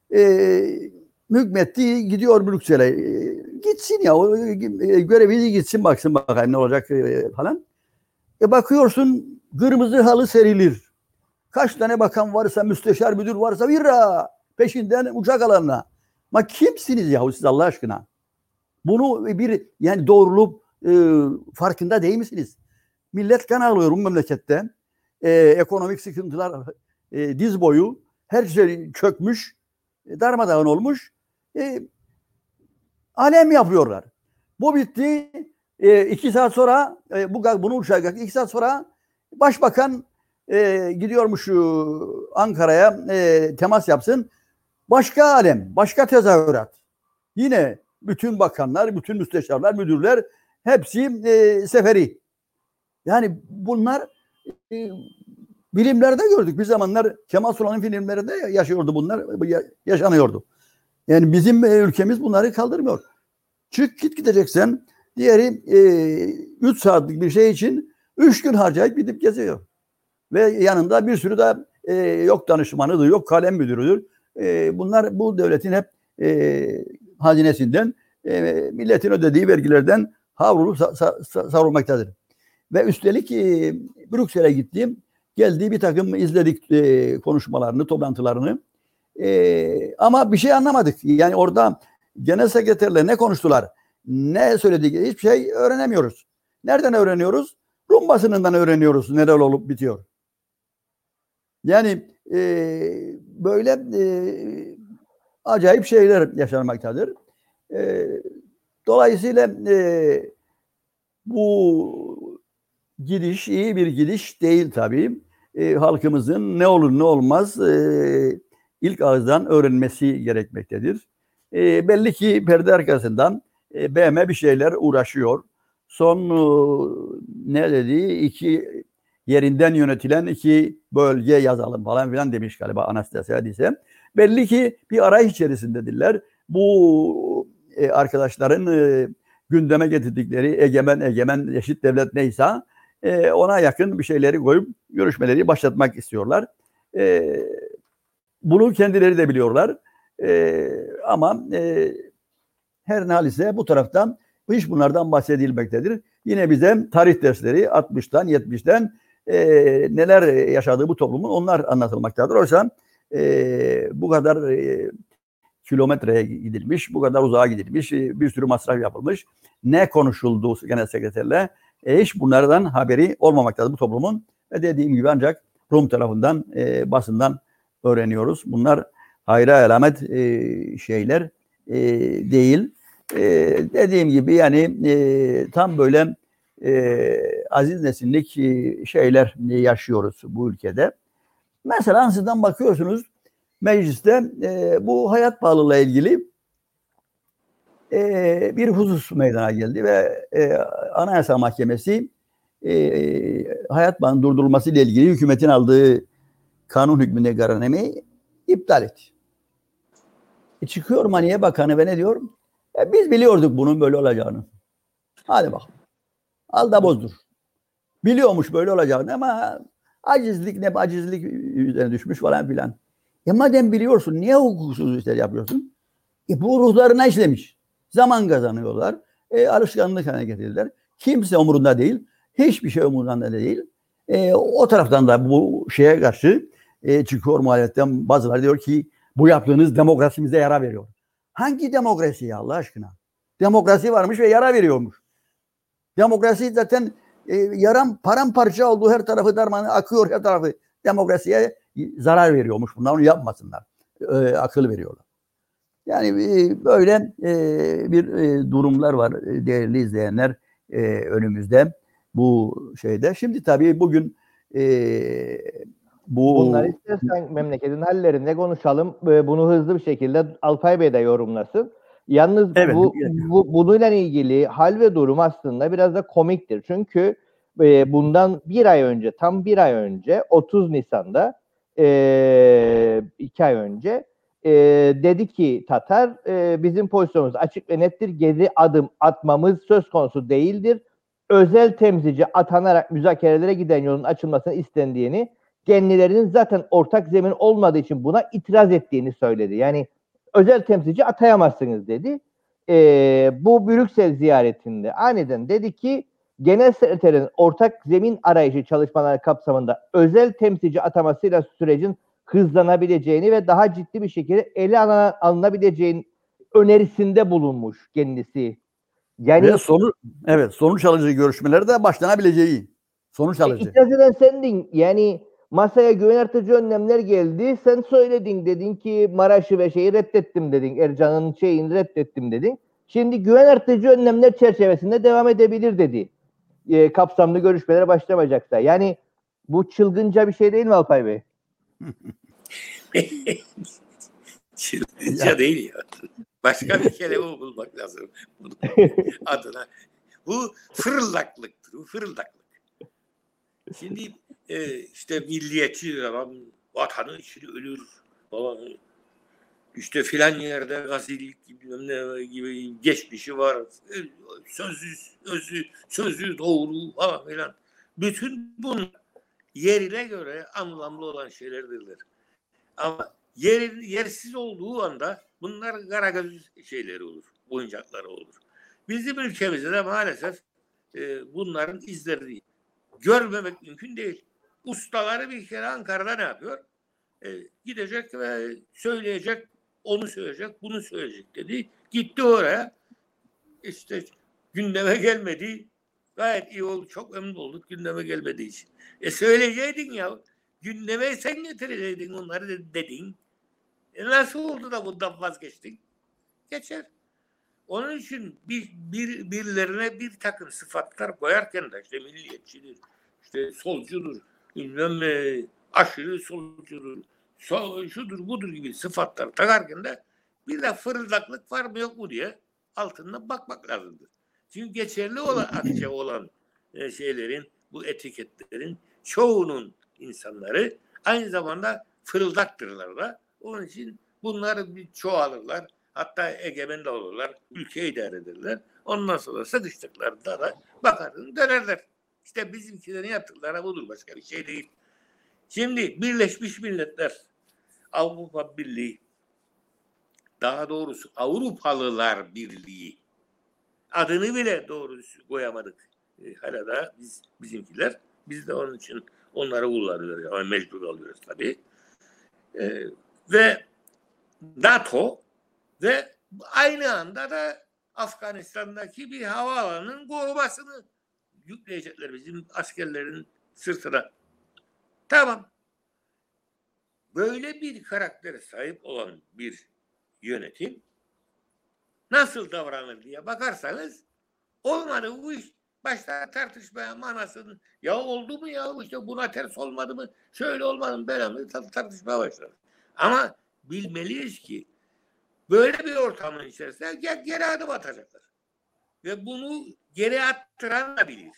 hükmetti gidiyor Brüksel'e. Gitsin ya, görevi gitsin, baksın bakayım ne olacak falan. Bakıyorsun kırmızı halı serilir. Kaç tane bakan varsa, müsteşar müdür varsa virra peşinden uçak alanına. Ma kimsiniz yahu siz Allah aşkına? Bunu bir yani doğrulup farkında değil misiniz? Millet kan ağlıyor bu memlekette. Ekonomik sıkıntılar diz boyu. Her şey çökmüş. Darmadağın olmuş. Alem yapıyorlar. Bu bitti. 2 saat sonra bunu uçacak. 2 saat sonra başbakan gidiyormuş Ankara'ya temas yapsın. Başka alem, başka tezahürat. Yine bütün bakanlar, bütün müsteşarlar, müdürler hepsi seferi. Yani bunlar bilimlerde gördük. Bir zamanlar Kemal Sunal'ın filmlerinde yaşıyordu bunlar, yaşanıyordu. Yani bizim ülkemiz bunları kaldırmıyor. Çık gideceksen diğeri 3 saatlik bir şey için 3 gün harcayıp gidip geziyor. Ve yanında bir sürü de yok danışmanıdır, yok kalem müdürüdür. Bunlar bu devletin hep hazinesinden, milletin ödediği vergilerden havrulup savrulmaktadır. Ve üstelik Brüksel'e gittim. Geldiği bir takım izledik konuşmalarını, toplantılarını. Ama bir şey anlamadık. Yani orada genel sekreterle ne konuştular, ne söyledik, hiçbir şey öğrenemiyoruz. Nereden öğreniyoruz? Rum basınından öğreniyoruz neler olup bitiyor. Yani böyle acayip şeyler yaşanmaktadır. Dolayısıyla bu gidiş iyi bir gidiş değil tabii. Halkımızın ne olur ne olmaz ilk ağızdan öğrenmesi gerekmektedir. Belli ki perde arkasından BM bir şeyler uğraşıyor. Son ne dedi? 2 yerinden yönetilen 2 bölge yazalım falan filan demiş galiba Anastasia ise. Belli ki bir arayış içerisindedirler. Bu arkadaşların gündeme getirdikleri egemen eşit devlet neyse ona yakın bir şeyleri koyup görüşmeleri başlatmak istiyorlar. Bunu kendileri de biliyorlar. Ama her nalise bu taraftan hiç bunlardan bahsedilmektedir. Yine bize tarih dersleri 60'tan 70'ten neler yaşadığı bu toplumun onlar anlatılmaktadır. Oysa bu kadar kilometreye gidilmiş, bu kadar uzağa gidilmiş, bir sürü masraf yapılmış. Ne konuşuldu genel sekreterle? Hiç bunlardan haberi olmamaktadır bu toplumun. Ve dediğim gibi ancak Rum tarafından, basından öğreniyoruz. Bunlar hayra alamet şeyler değil. Dediğim gibi yani tam böyle aziz nesillik şeyler yaşıyoruz bu ülkede. Mesela sizden bakıyorsunuz mecliste bu hayat pahalılığıyla ilgili bir husus meydana geldi ve Anayasa Mahkemesi hayat pahalılığının durdurulması ile ilgili hükümetin aldığı kanun hükmünde kararnameyi iptal etti. Çıkıyor Maliye Bakanı ve ne diyor? Biz biliyorduk bunun böyle olacağını. Hadi bakalım. Al da bozdur. Biliyormuş böyle olacağını ama acizlik üzerine düşmüş falan filan. Madem biliyorsun niye hukuksuz işler yapıyorsun? Bu ruhlarına işlemiş. Zaman kazanıyorlar. Alışkanlık haline getirdiler. Kimse umurunda değil. Hiçbir şey umurunda değil. O taraftan da bu şeye karşı çıkıyor muhalefetten bazıları diyor ki bu yaptığınız demokrasimize yara veriyor. Hangi demokrasi ya Allah aşkına? Demokrasi varmış ve yara veriyormuş. Demokrasi zaten paramparça olduğu her tarafı darmanı akıyor her tarafı demokrasiye zarar veriyormuş. Bunlar onu yapmasınlar. Akıl veriyorlar. Yani böyle bir durumlar var değerli izleyenler önümüzde bu şeyde. Şimdi tabii bugün Bunları istersen memleketin hallerinde konuşalım. Bunu hızlı bir şekilde Alpay Bey de yorumlasın. Yalnız evet, bununla ilgili hal ve durum aslında biraz da komiktir. Çünkü bundan tam bir ay önce 30 Nisan'da 2 ay önce dedi ki Tatar bizim pozisyonumuz açık ve nettir. Geri adım atmamız söz konusu değildir. Özel temsilci atanarak müzakerelere giden yolun açılmasını istendiğini, kendilerinin zaten ortak zemin olmadığı için buna itiraz ettiğini söyledi. Yani özel temsilci atayamazsınız dedi. Bu Brüksel ziyaretinde aniden dedi ki genel sekreterin ortak zemin arayışı çalışmaları kapsamında özel temsilci atamasıyla sürecin hızlanabileceğini ve daha ciddi bir şekilde ele alınabileceğin önerisinde bulunmuş kendisi. Yani ve sonuç alıcı görüşmelerde başlanabileceği sonuç alıcı. İtiraz eden sendin. Yani masaya güven artırıcı önlemler geldi. Sen söyledin, dedin ki Maraş'ı ve şeyi reddettim dedin. Ercan'ın şeyini reddettim dedin. Şimdi güven artırıcı önlemler çerçevesinde devam edebilir dedi. Kapsamlı görüşmelere başlamayacaksa. Yani bu çılgınca bir şey değil mi Alpay Bey? Çılgınca değil ya. Başka bir kelime bulmak lazım adına. Bu fırıldaklıktır. Bu fırıldaklık. Şimdi işte milliyetçi adam vatanı için ölür falan. İşte filan yerde gazilik gibi geçmişi var. Sözü doğru falan filan. Bütün bunlar yerine göre anlamlı olan şeylerdirler. Ama yersiz olduğu anda bunlar karagöz şeyleri olur. Oyuncakları olur. Bizim ülkemizde de maalesef bunların izleri görmemek mümkün değil. Ustaları bir kere Ankara'da ne yapıyor? Gidecek ve söyleyecek, onu söyleyecek, bunu söyleyecek dedi. Gitti oraya. İşte gündeme gelmedi. Gayet iyi oldu. Çok memnun olduk gündeme gelmediği için. Söyleyeceydin ya. Gündeme sen getireceydin onları dedin. Nasıl oldu da bundan vazgeçtin? Geçer. Onun için birilerine bir takım sıfatlar koyarken de işte milliyetçidir, işte solcudur, bilmem ne, aşırı solcudur, şudur budur gibi sıfatlar takarken de bir de fırıldaklık var mı yok mu diye altından bakmak lazımdır. Çünkü geçerli olan şeylerin, bu etiketlerin çoğunun insanları aynı zamanda fırıldaktırlar da. Onun için bunlar bir çoğalırlar. Hatta egemen de olurlar. Ülkeyi idare ederler. Ondan sonra sıkıştıklarında da bakarın dönerler. İşte bizimkilerin yaptıkları budur. Başka bir şey değil. Şimdi Birleşmiş Milletler, Avrupa Birliği, daha doğrusu Avrupalılar Birliği adını bile doğrusu koyamadık. Hala da bizimkiler. Biz de onun için onları kullanıyoruz. Yani mecbur alıyoruz tabii. Ve NATO ve aynı anda da Afganistan'daki bir havaalanının korumasını yükleyecekler bizim askerlerin sırtına. Tamam. Böyle bir karaktere sahip olan bir yönetim nasıl davranır diye bakarsanız olmadı bu iş. Başta tartışmaya manasını ya oldu mu ya işte buna ters olmadı mı şöyle olmadı mı böyle mi tartışmaya başladı. Ama bilmeliyiz ki böyle bir ortamın içerisinde geri adım atacaklar. Ve bunu geri attıran da bilir.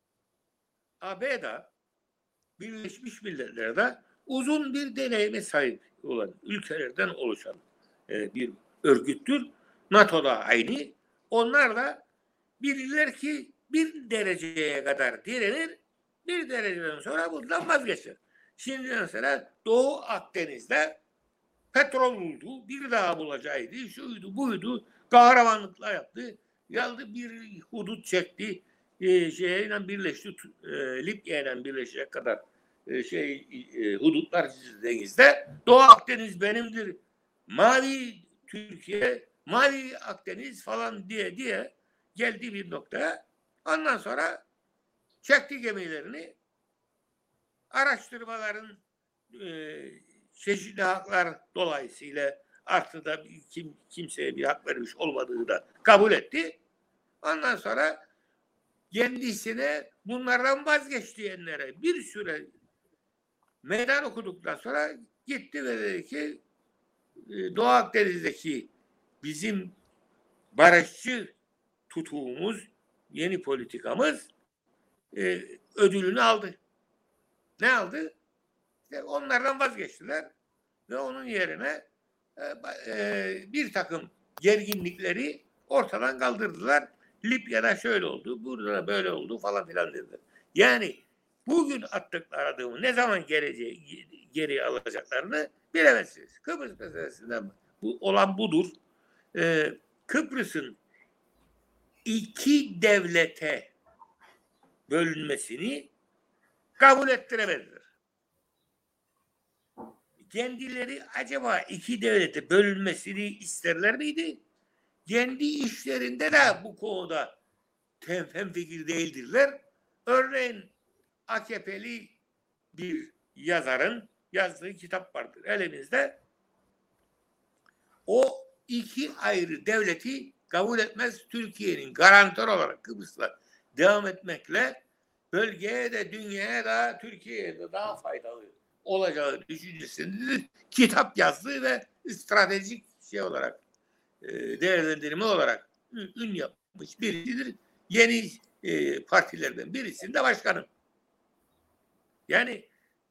AB'de Birleşmiş Milletler'de uzun bir deneyime sahip olan ülkelerden oluşan bir örgüttür. NATO'da aynı. Onlar da bilirler ki bir dereceye kadar direnir, bir dereceden sonra bundan vazgeçer. Şimdi mesela Doğu Akdeniz'de petrol buldu, bir daha bulacağıydı, şuydu, buydu, kahramanlıkla yaptı, geldi bir hudut çekti, şeyle birleşti, Libya ile birleşecek kadar hudutlar denizde. Doğu Akdeniz benimdir, Mavi Türkiye, Mavi Akdeniz falan diye geldi bir noktaya. Ondan sonra çekti gemilerini, araştırmaların çeşitli haklar dolayısıyla artı da kimseye bir hak vermiş olmadığı da kabul etti. Ondan sonra kendisine bunlardan vazgeç diyenlere bir süre meydan okuduktan sonra gitti ve dedi ki Doğu Akdeniz'deki bizim barışçı tutuğumuz, yeni politikamız ödülünü aldı. Ne aldı? İşte onlardan vazgeçtiler ve onun yerine bir takım gerginlikleri ortadan kaldırdılar. Libya'da şöyle oldu, burada da böyle oldu falan filan dediler. Yani bugün attıkları adımı ne zaman geri alacaklarını bilemezsiniz. Kıbrıs meselesinde olan budur. Kıbrıs'ın iki devlete bölünmesini kabul ettiremediler. Kendileri acaba iki devlete bölünmesini isterler miydi? Kendi işlerinde de bu konuda hemfikir değildirler. Örneğin AKP'li bir yazarın yazdığı kitap vardır elimizde. O iki ayrı devleti kabul etmez. Türkiye'nin garantör olarak Kıbrıs'la devam etmekle bölgeye de dünyaya da Türkiye'ye de daha faydalı olacağı düşüncesinde kitap yazdığı ve stratejik olarak değerlendirme olarak ün yapmış birisidir. Yeni partilerden birisinde başkanım. Yani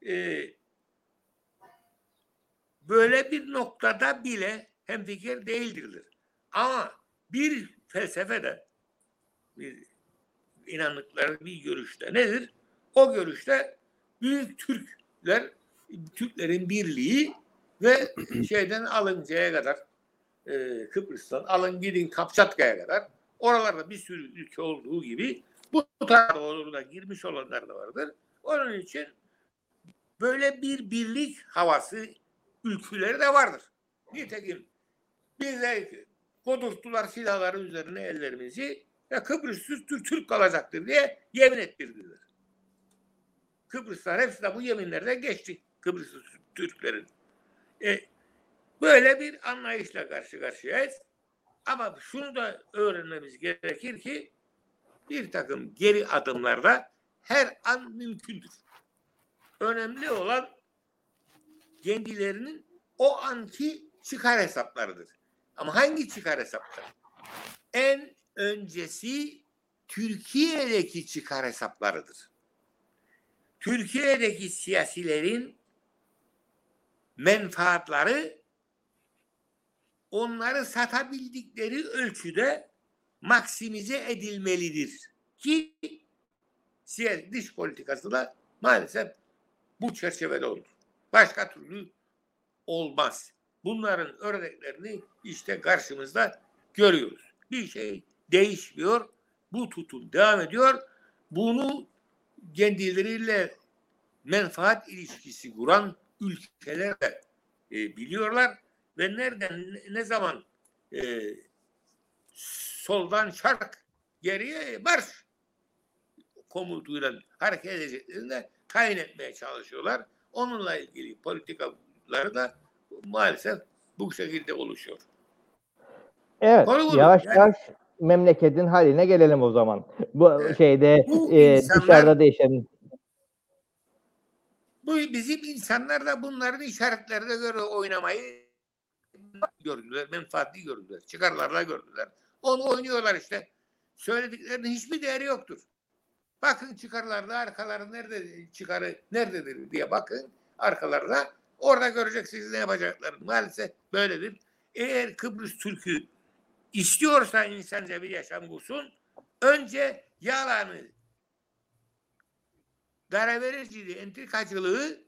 böyle bir noktada bile hemfikir değildirler. Ama bir felsefede, bir inandıkları bir görüşte nedir? O görüşte büyük Türklerin birliği ve şeyden alıncaya kadar Kıbrıs'tan alın gidin Kamçatka'ya kadar oralarda bir sürü ülke olduğu gibi bu tarafa doğru da girmiş olanlar da vardır. Onun için böyle bir birlik havası ülkeleri de vardır. Nitekim biz de kodurttular silahların üzerine ellerimizi ve Kıbrıs Türk kalacaktır diye yemin ettirdiler. Kıbrıslar hepsi de bu yeminlerden geçti. Kıbrıs Türklerin. Böyle bir anlayışla karşı karşıyayız. Ama şunu da öğrenmemiz gerekir ki bir takım geri adımlarda her an mümkündür. Önemli olan kendilerinin o anki çıkar hesaplarıdır. Ama hangi çıkar hesapları? En öncesi Türkiye'deki çıkar hesaplarıdır. Türkiye'deki siyasilerin menfaatları onları satabildikleri ölçüde maksimize edilmelidir. Ki dış politikası da maalesef bu çerçevede olur. Başka türlü olmaz. Bunların örneklerini işte karşımızda görüyoruz. Bir şey değişmiyor. Bu tutum devam ediyor. Bunu kendileriyle menfaat ilişkisi kuran ülkeler de biliyorlar ve nereden ne zaman soldan şark geriye marş komutuyla hareket edeceklerini de tayin etmeye çalışıyorlar. Onunla ilgili politikaları da maalesef bu şekilde oluşuyor. Evet, Konu budur. yavaş Yani yavaş memleketin haline gelelim o zaman. Bu evet, şeyde bu insanlar, dışarıda değişen. bu bizim insanlar da bunların işaretlerine göre oynamayı gördüler, menfaatli gördüler, çıkarlarla gördüler. Onu oynuyorlar işte. Söylediklerinin hiçbir değeri yoktur. Bakın çıkarlarda arkaları nerede, çıkarı nerededir diye bakın arkalarına. Orada göreceksiniz ne yapacaklarını. Maalesef böyledir. Eğer Kıbrıs Türk'ü istiyorsa insanca bir yaşam kursun, önce yalanı, daravericiliği, entrikacılığı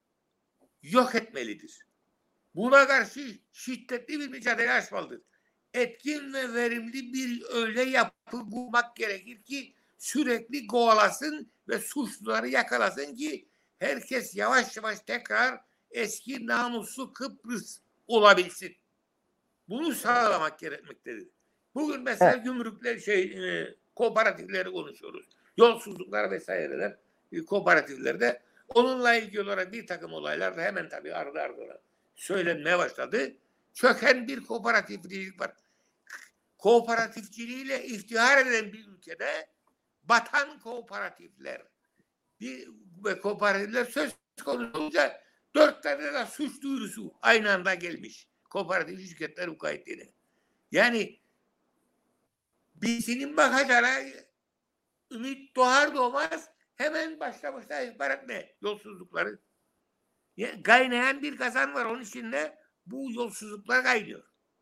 yok etmelidir. Buna karşı şiddetli bir mücadele açmalıdır. Etkin ve verimli bir öyle yapı bulmak gerekir ki sürekli kovalasın ve suçluları yakalasın ki herkes yavaş yavaş tekrar eski namuslu Kıbrıs olabilsin. Bunu sağlamak gerekmektedir. Bugün mesela Evet. gümrükler kooperatifleri konuşuyoruz. Yolsuzluklar vesaireler kooperatiflerde. Onunla ilgili olarak bir takım olaylar da hemen tabii ardı ardına söylenmeye başladı. Çöken bir kooperatifçilik var. Kooperatifçiliğiyle iftihar eden bir ülkede batan kooperatifler ve kooperatifler söz konusu olunca 4 tane de suç duyurusu aynı anda gelmiş. Kooperatif şirketler mukayyetliğine. Yani birisinin bakacağına ümit doğar doğmaz hemen başlamışlar ihbar etme yolsuzlukları. Kaynayan bir kazan var onun içinde bu yolsuzluklar kaynıyor.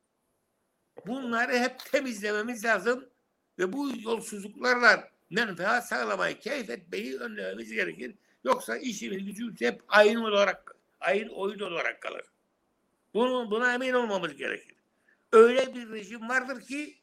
Bunları hep temizlememiz lazım ve bu yolsuzluklarla menfaat sağlamayı, keyif etmeyi önlememiz gerekir. Yoksa işimiz gücümüz hep ayın oyun olarak kalır. Buna emin olmamız gerekir. Öyle bir rejim vardır ki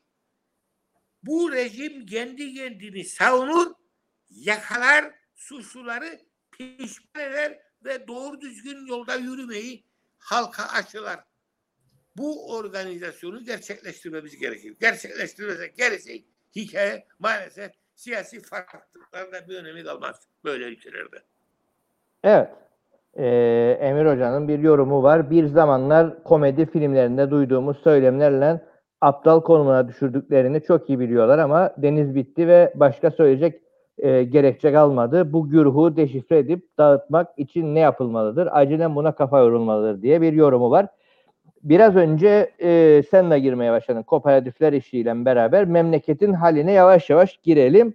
bu rejim kendi kendini savunur, yakalar, suçluları pişman eder ve doğru düzgün yolda yürümeyi halka aşılar. Bu organizasyonu gerçekleştirmemiz gerekir. Gerçekleştirmezsek gerisi hikaye maalesef siyasi farklılıklarda bir önemi kalmaz böyle ülkelerde. Evet. Emir Hoca'nın bir yorumu var. Bir zamanlar komedi filmlerinde duyduğumuz söylemlerle aptal konumuna düşürdüklerini çok iyi biliyorlar ama deniz bitti ve başka söyleyecek gerekçe kalmadı. Bu güruhu deşifre edip dağıtmak için ne yapılmalıdır? Acilen buna kafa yorulmalıdır diye bir yorumu var. Biraz önce senle girmeye başladın kooperatifler işiyle beraber memleketin haline yavaş yavaş girelim.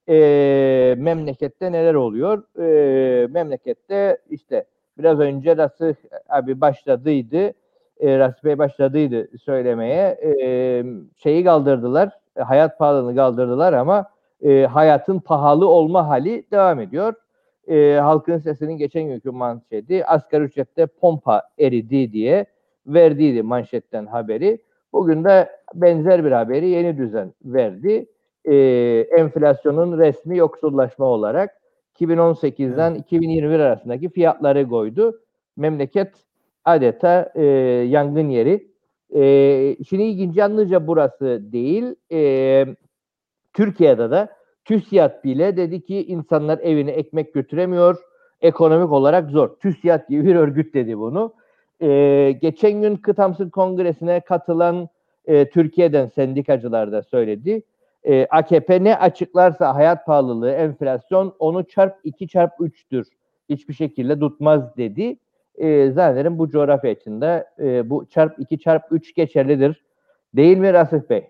Memlekette neler oluyor? Memlekette işte biraz önce Rasih abi başladıydı. Rasih Bey başladıydı söylemeye. Şeyi kaldırdılar. Hayat pahalılığını kaldırdılar ama hayatın pahalı olma hali devam ediyor. Halkın Sesi'nin geçen günkü manşeti asgari ücrette pompa eridi diye verdiydi manşetten haberi. Bugün de benzer bir haberi Yeni Düzen verdi. Enflasyonun resmi yoksullaşma olarak 2018'den 2021 arasındaki fiyatları koydu. Memleket adeta yangın yeri. Şimdi ilginç yalnızca burası değil. Türkiye'de de TÜSİAD bile dedi ki insanlar evine ekmek götüremiyor. Ekonomik olarak zor. TÜSİAD gibi bir örgüt dedi bunu. Geçen gün Kıtamsın Kongresi'ne katılan Türkiye'den sendikacılar da söyledi. AKP ne açıklarsa hayat pahalılığı, enflasyon onu çarp 2 çarp 3'tür. Hiçbir şekilde tutmaz dedi. Zannederim bu coğrafya içinde bu çarp 2 çarp 3 geçerlidir. Değil mi Rasif Bey?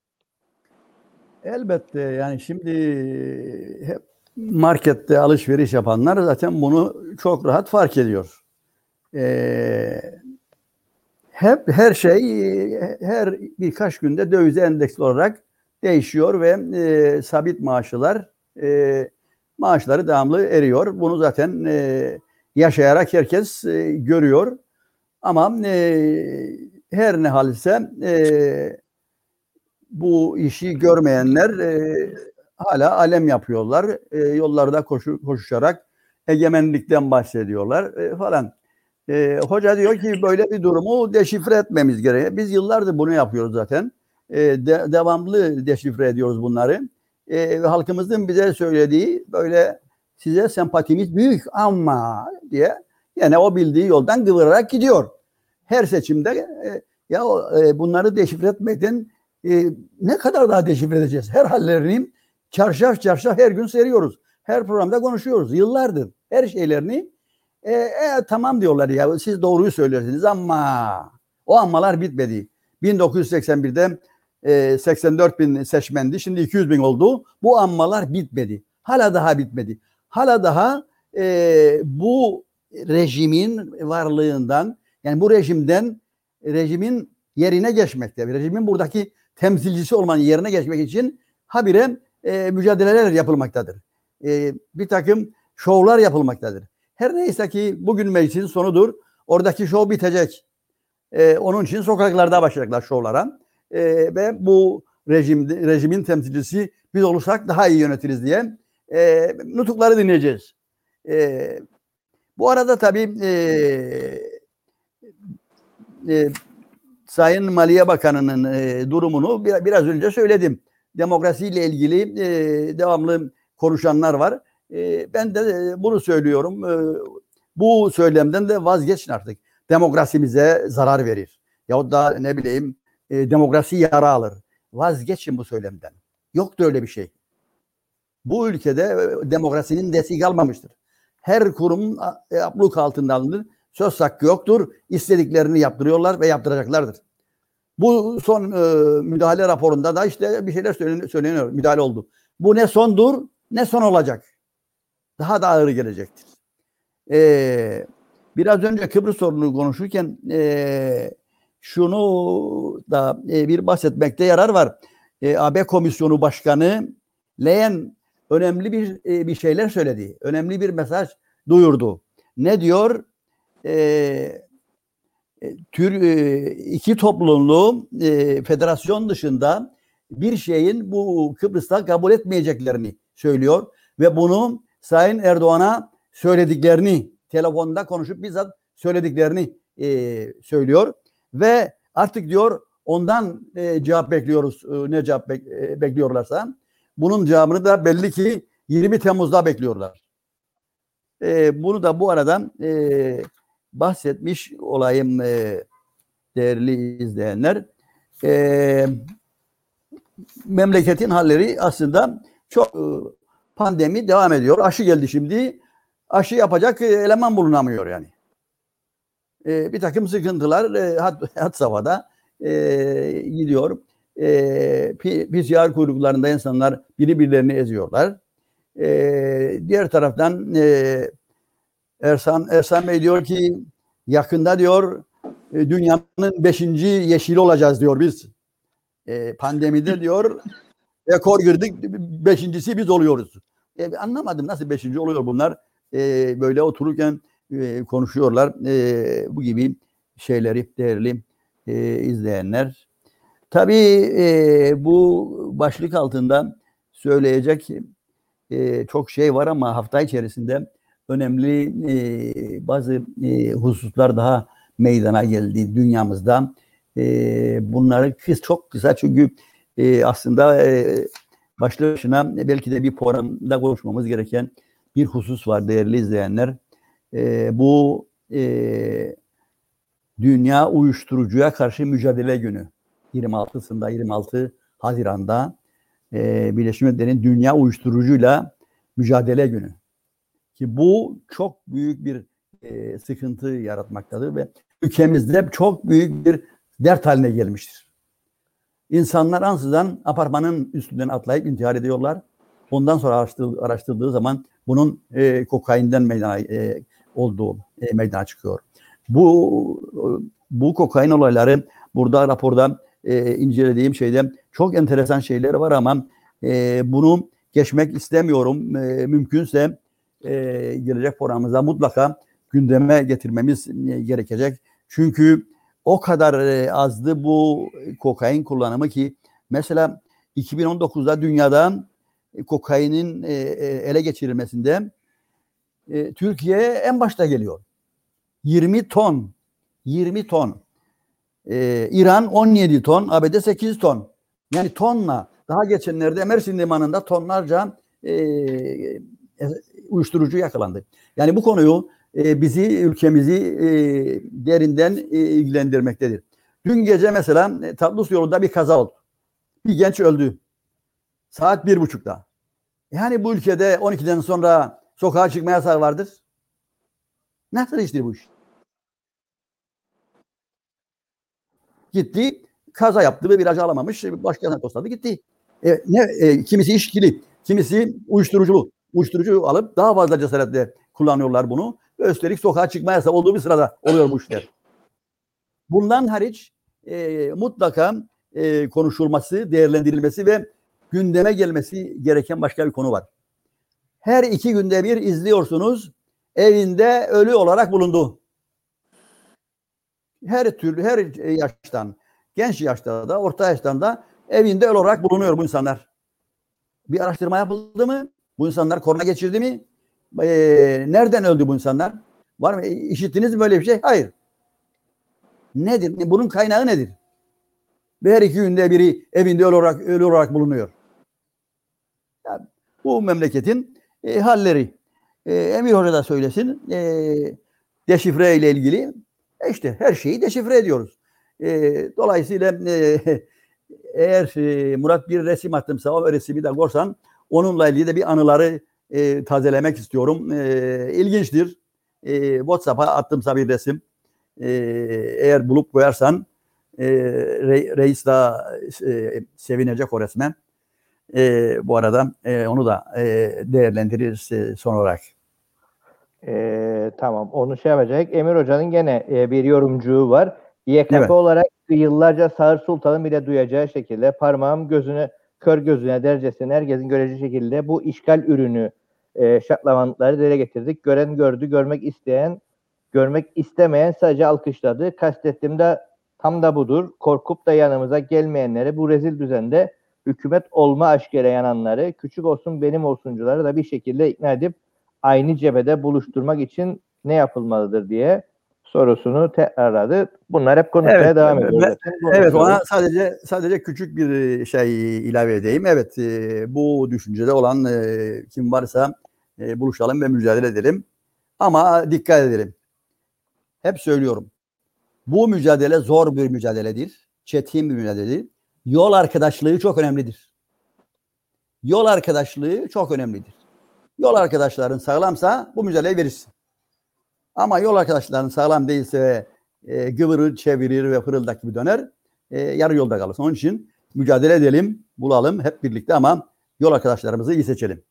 Elbette yani şimdi hep markette alışveriş yapanlar zaten bunu çok rahat fark ediyor. Hep her şey her birkaç günde döviz endeksli olarak değişiyor ve sabit maaşları devamlı eriyor. Bunu zaten yaşayarak herkes görüyor. Ama her ne hal ise bu işi görmeyenler hala alem yapıyorlar. Yollarda koşuşarak egemenlikten bahsediyorlar falan. Hoca diyor ki böyle bir durumu deşifre etmemiz gerekiyor. Biz yıllardır bunu yapıyoruz zaten. Devamlı deşifre ediyoruz bunları. Halkımızın bize söylediği böyle size sempatimiz büyük ama diye yine o bildiği yoldan kıvırarak gidiyor. Her seçimde Ya bunları deşifre etmekten ne kadar daha deşifre edeceğiz? Her hallerini çarşaf çarşaf her gün seriyoruz. Her programda konuşuyoruz. Yıllardır her şeylerini tamam diyorlar ya, siz doğruyu söylüyorsunuz ama o ammalar bitmedi. 1981'de 84 bin seçmendi. Şimdi 200 bin oldu. Bu ammalar bitmedi. Hala daha bitmedi. Hala daha bu rejimin varlığından, yani bu rejimin yerine geçmekte. Rejimin buradaki temsilcisi olmanın yerine geçmek için habire mücadeleler yapılmaktadır. Bir takım şovlar yapılmaktadır. Her neyse ki bugün meclisin sonudur. Oradaki şov bitecek. Onun için sokaklarda başlayacaklar şovlara. Ve bu rejimin temsilcisi biz olursak daha iyi yönetiriz diye nutukları dinleyeceğiz. Bu arada tabii Sayın Maliye Bakanı'nın durumunu biraz önce söyledim. Demokrasiyle ilgili devamlı konuşanlar var. Ben de bunu söylüyorum. Bu söylemden de vazgeçin artık. Demokrasimize zarar verir. Yahut da ne bileyim demokrasi yara alır. Vazgeçin bu söylemden. Yoktur öyle bir şey. Bu ülkede demokrasinin desteği almamıştır. Her kurum abluk altında alınır. Söz hakkı yoktur. İstediklerini yaptırıyorlar ve yaptıracaklardır. Bu son müdahale raporunda da işte bir şeyler söyleniyor. Müdahale oldu. Bu ne sondur ne son olacak. Daha da ağır gelecektir. Biraz önce Kıbrıs sorununu konuşurken şunu da bir bahsetmekte yarar var. AB Komisyonu Başkanı Leyen önemli bir şeyler söyledi. Önemli bir mesaj duyurdu. Ne diyor? İki toplumlu federasyon dışında bir şeyin bu Kıbrıs'ta kabul etmeyeceklerini söylüyor ve bunu Sayın Erdoğan'a söylediklerini, telefonda konuşup bizzat söylediklerini söylüyor ve artık diyor ondan cevap bekliyoruz. Ne cevap bekliyorlarsa bunun cevabını da belli ki 20 Temmuz'da bekliyorlar. Bunu da bu aradan bahsetmiş olayım değerli izleyenler. Memleketin halleri aslında çok pandemi devam ediyor. Aşı geldi şimdi. Aşı yapacak eleman bulunamıyor yani. Bir takım sıkıntılar had safhada gidiyor. PCR kuyruklarında insanlar birbirlerini eziyorlar. Diğer taraftan Ersan Bey diyor ki yakında diyor dünyanın 5. yeşili olacağız diyor biz. Pandemide diyor rekor girdik, 5.'si biz oluyoruz. Anlamadım nasıl 5. oluyor bunlar. Böyle otururken konuşuyorlar. Bu gibi şeyleri değerli izleyenler. Tabii bu başlık altında söyleyecek çok şey var ama hafta içerisinde önemli bazı hususlar daha meydana geldi dünyamızda. Bunları çok kısa çünkü aslında başlı başına belki de bir programda konuşmamız gereken bir husus var değerli izleyenler. Bu Dünya Uyuşturucuya Karşı Mücadele Günü 26 Haziran'da Birleşmiş Milletler'in Dünya Uyuşturucuyla Mücadele Günü. Ki bu çok büyük bir sıkıntı yaratmaktadır ve ülkemizde çok büyük bir dert haline gelmiştir. İnsanlar ansızdan apartmanın üstünden atlayıp intihar ediyorlar. Ondan sonra araştırdığı zaman bunun kokainden olduğu meydana çıkıyor. Bu kokain olayları burada raporda incelediğim şeyde çok enteresan şeyler var ama bunu geçmek istemiyorum. Mümkünse gelecek programımızda mutlaka gündeme getirmemiz gerekecek. Çünkü o kadar azdı bu kokain kullanımı ki mesela 2019'da dünyada kokainin ele geçirilmesinde Türkiye en başta geliyor. 20 ton. İran 17 ton, ABD 8 ton. Yani tonla. Daha geçenlerde Mersin Limanı'nda tonlarca uyuşturucu yakalandı. Yani bu konuyu bizi, ülkemizi derinden ilgilendirmektedir. Dün gece mesela Tatlısu yolunda bir kaza oldu. Bir genç öldü. Saat 1.30'da. Yani bu ülkede 12'den sonra sokağa çıkma yasağı vardır. Nasıl iştir bu iş? Gitti, kaza yaptı ve virajı alamamış. Başka yana tosladı gitti. Kimisi içkili, kimisi uyuşturucu alıp daha fazla cesaretle kullanıyorlar bunu. Ve üstelik sokağa çıkma yasağı olduğu bir sırada oluyor bu işler. Bundan hariç mutlaka konuşulması, değerlendirilmesi ve gündeme gelmesi gereken başka bir konu var. Her 2 günde bir izliyorsunuz, evinde ölü olarak bulundu. Her türlü, her yaştan, genç yaşta da, orta yaştan da evinde ölü olarak bulunuyor bu insanlar. Bir araştırma yapıldı mı? Bu insanlar korona geçirdi mi? Nereden öldü bu insanlar? Var mı? İşittiniz mi böyle bir şey? Hayır. Nedir? Bunun kaynağı nedir? Ve her 2 günde biri evinde ölü olarak bulunuyor. Yani bu memleketin halleri. Emir Hoca da söylesin. Deşifre ile ilgili işte her şeyi deşifre ediyoruz. Dolayısıyla eğer Murat bir resim attımsa o resmi de görsen onunla ilgili de bir anıları tazelemek istiyorum. İlginçtir. WhatsApp'a attımsa bir resim. Eğer bulup koyarsan reis daha sevinecek o resme. Bu arada onu da değerlendiririz son olarak. Tamam. Onu şey yapacak. Emir Hoca'nın gene bir yorumcuğu var. YKP Evet. olarak yıllarca Sağır Sultan'ın bile duyacağı şekilde parmağım gözüne, kör gözüne dercesine herkesin göreceği şekilde bu işgal ürünü şaklamanlıkları dile getirdik. Gören gördü, görmek istemeyen sadece alkışladı. Kastettiğim de tam da budur. Korkup da yanımıza gelmeyenleri, bu rezil düzende hükümet olma aşkıyla yananları, küçük olsun benim olsuncuları da bir şekilde ikna edip aynı cephede buluşturmak için ne yapılmalıdır diye sorusunu tekrarladı. Bunlar hep konuşmaya devam ediyoruz. Evet, ona sadece küçük bir şey ilave edeyim. Evet, bu düşüncede olan kim varsa buluşalım ve mücadele edelim. Ama dikkat edelim. Hep söylüyorum. Bu mücadele zor bir mücadeledir. Çetin bir mücadeledir. Yol arkadaşlığı çok önemlidir. Yol arkadaşlığı çok önemlidir. Yol arkadaşların sağlamsa bu mücadeleyi verirsin. Ama yol arkadaşların sağlam değilse gıvırır, çevirir ve fırıldak gibi döner. Yarı yolda kalırsın. Onun için mücadele edelim, bulalım hep birlikte ama yol arkadaşlarımızı iyi seçelim.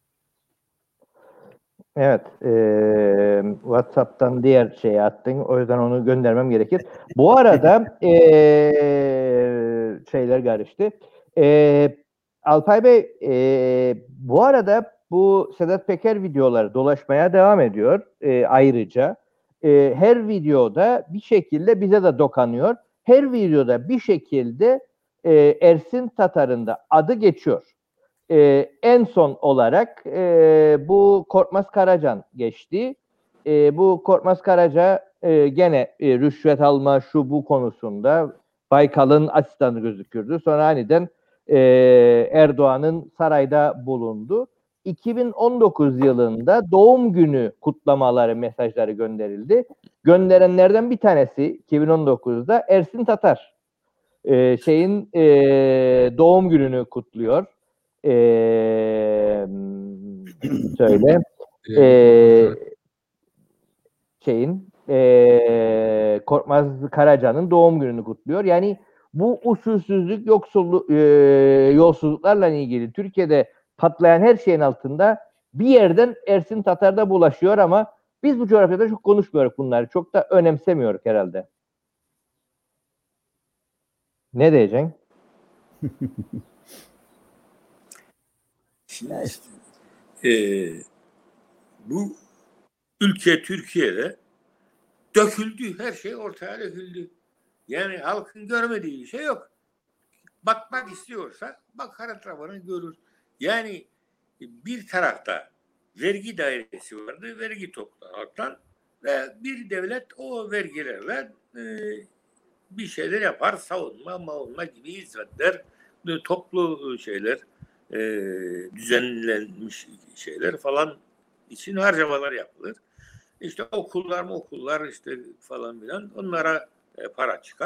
Evet. WhatsApp'tan diğer şeyi attın. O yüzden onu göndermem gerekir. Bu arada şeyler karıştı. Alpay Bey, bu arada bu Sedat Peker videoları dolaşmaya devam ediyor ayrıca. Her videoda bir şekilde bize de dokanıyor. Her videoda bir şekilde Ersin Tatar'ın da adı geçiyor. En son olarak bu Korkmaz Karacan geçti. Bu Korkmaz Karaca gene rüşvet alma şu bu konusunda Baykal'ın asistanı gözükürdü. Sonra aniden Erdoğan'ın sarayda bulundu. 2019 yılında doğum günü kutlamaları mesajları gönderildi. Gönderenlerden bir tanesi 2019'da Ersin Tatar. Doğum gününü kutluyor. Söyle. Korkmaz Karaca'nın doğum gününü kutluyor. Yani bu usulsüzlük, yolsuzluklarla ilgili Türkiye'de patlayan her şeyin altında bir yerden Ersin Tatar'da bulaşıyor ama biz bu coğrafyada çok konuşmuyoruz bunları. Çok da önemsemiyoruz herhalde. Ne diyeceksin? Şimdi bu ülke Türkiye'de döküldü. Her şey ortaya döküldü. Yani halkın görmediği bir şey yok. Bakmak istiyorsa bakar etrafını görür. Yani bir tarafta vergi dairesi vardı. Vergi toplar halktan ve bir devlet o vergilerle bir şeyler yapar. Savunma gibi hizmetler, toplu şeyler, düzenlenmiş şeyler falan için harcamalar yapılır. İşte okullar işte falan filan onlara para çıkar.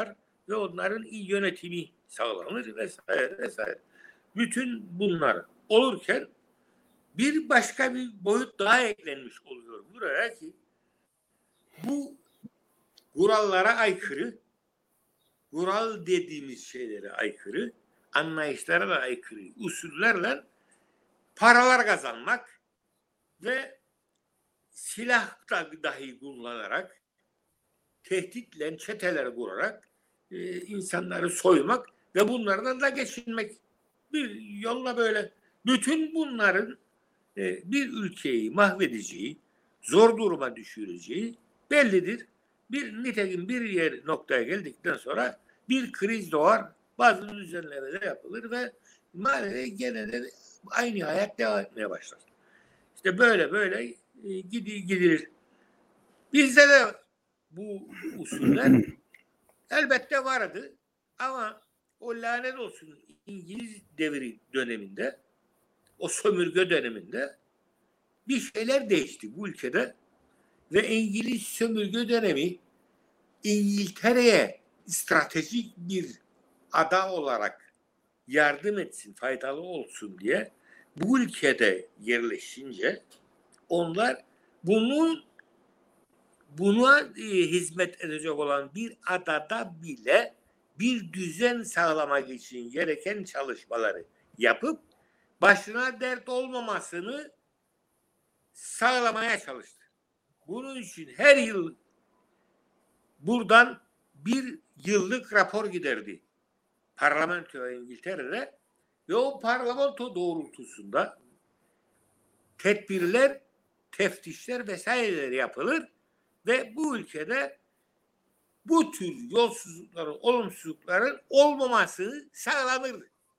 ve onların iyi yönetimi sağlanır vesaire vesaire. Bütün bunlar olurken bir başka bir boyut daha eklenmiş oluyor buraya ki bu kurallara aykırı, kural dediğimiz şeylere aykırı, anlayışlara da aykırı usullerle paralar kazanmak ve silah da dahi kullanarak, tehditle çeteler kurarak insanları soymak ve bunlardan da geçinmek. Bir yolla böyle. Bütün bunların bir ülkeyi mahvedeceği, zor duruma düşüreceği bellidir. Nitekim bir noktaya geldikten sonra bir kriz doğar, bazı düzenleme de yapılır ve maalesef gene de aynı hayat devam etmeye başlar. İşte böyle gidilir. Bizde de bu usuller elbette vardı ama o lanet olsun İngiliz devri döneminde, o sömürge döneminde bir şeyler değişti bu ülkede ve İngiliz sömürge dönemi İngiltere'ye stratejik bir ada olarak yardım etsin, faydalı olsun diye bu ülkede yerleşince onlar buna hizmet edecek olan bir adada bile bir düzen sağlamak için gereken çalışmaları yapıp başına dert olmamasını sağlamaya çalıştı. Bunun için her yıl buradan bir yıllık rapor giderdi parlamentoya İngiltere'de ve o parlamento doğrultusunda tedbirler, teftişler vesaireler yapılır ve bu ülkede bu tür yolsuzlukların, olumsuzlukların olmaması sağlanır.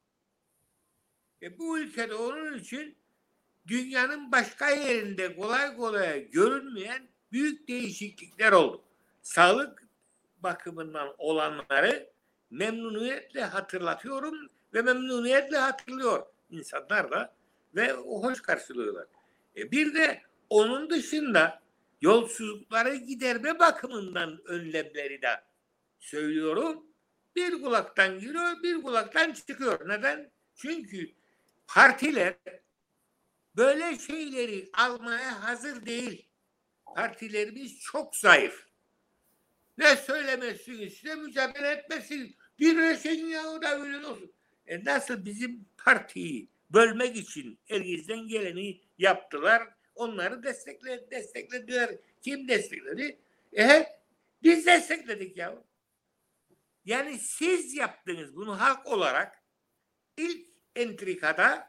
Bu ülkede onun için dünyanın başka yerinde kolay kolay görünmeyen büyük değişiklikler oldu. Sağlık bakımından olanları memnuniyetle hatırlatıyorum ve memnuniyetle hatırlıyor insanlar da ve hoş karşılıyorlar. Bir de onun dışında yolsuzlukları giderme bakımından önlemleri de söylüyorum. Bir kulaktan giriyor, bir kulaktan çıkıyor. Neden? Çünkü partiler böyle şeyleri almaya hazır değil. Partilerimiz çok zayıf. Ne söylemezsiniz, ne mücadele etmezsiniz. Bir resim yahu da öyle olsun. Nasıl bizim partiyi bölmek için elinizden geleni yaptılar. Onları desteklediler. Kim destekledi? Biz destekledik ya. Yani siz yaptınız bunu halk olarak. İlk entrikada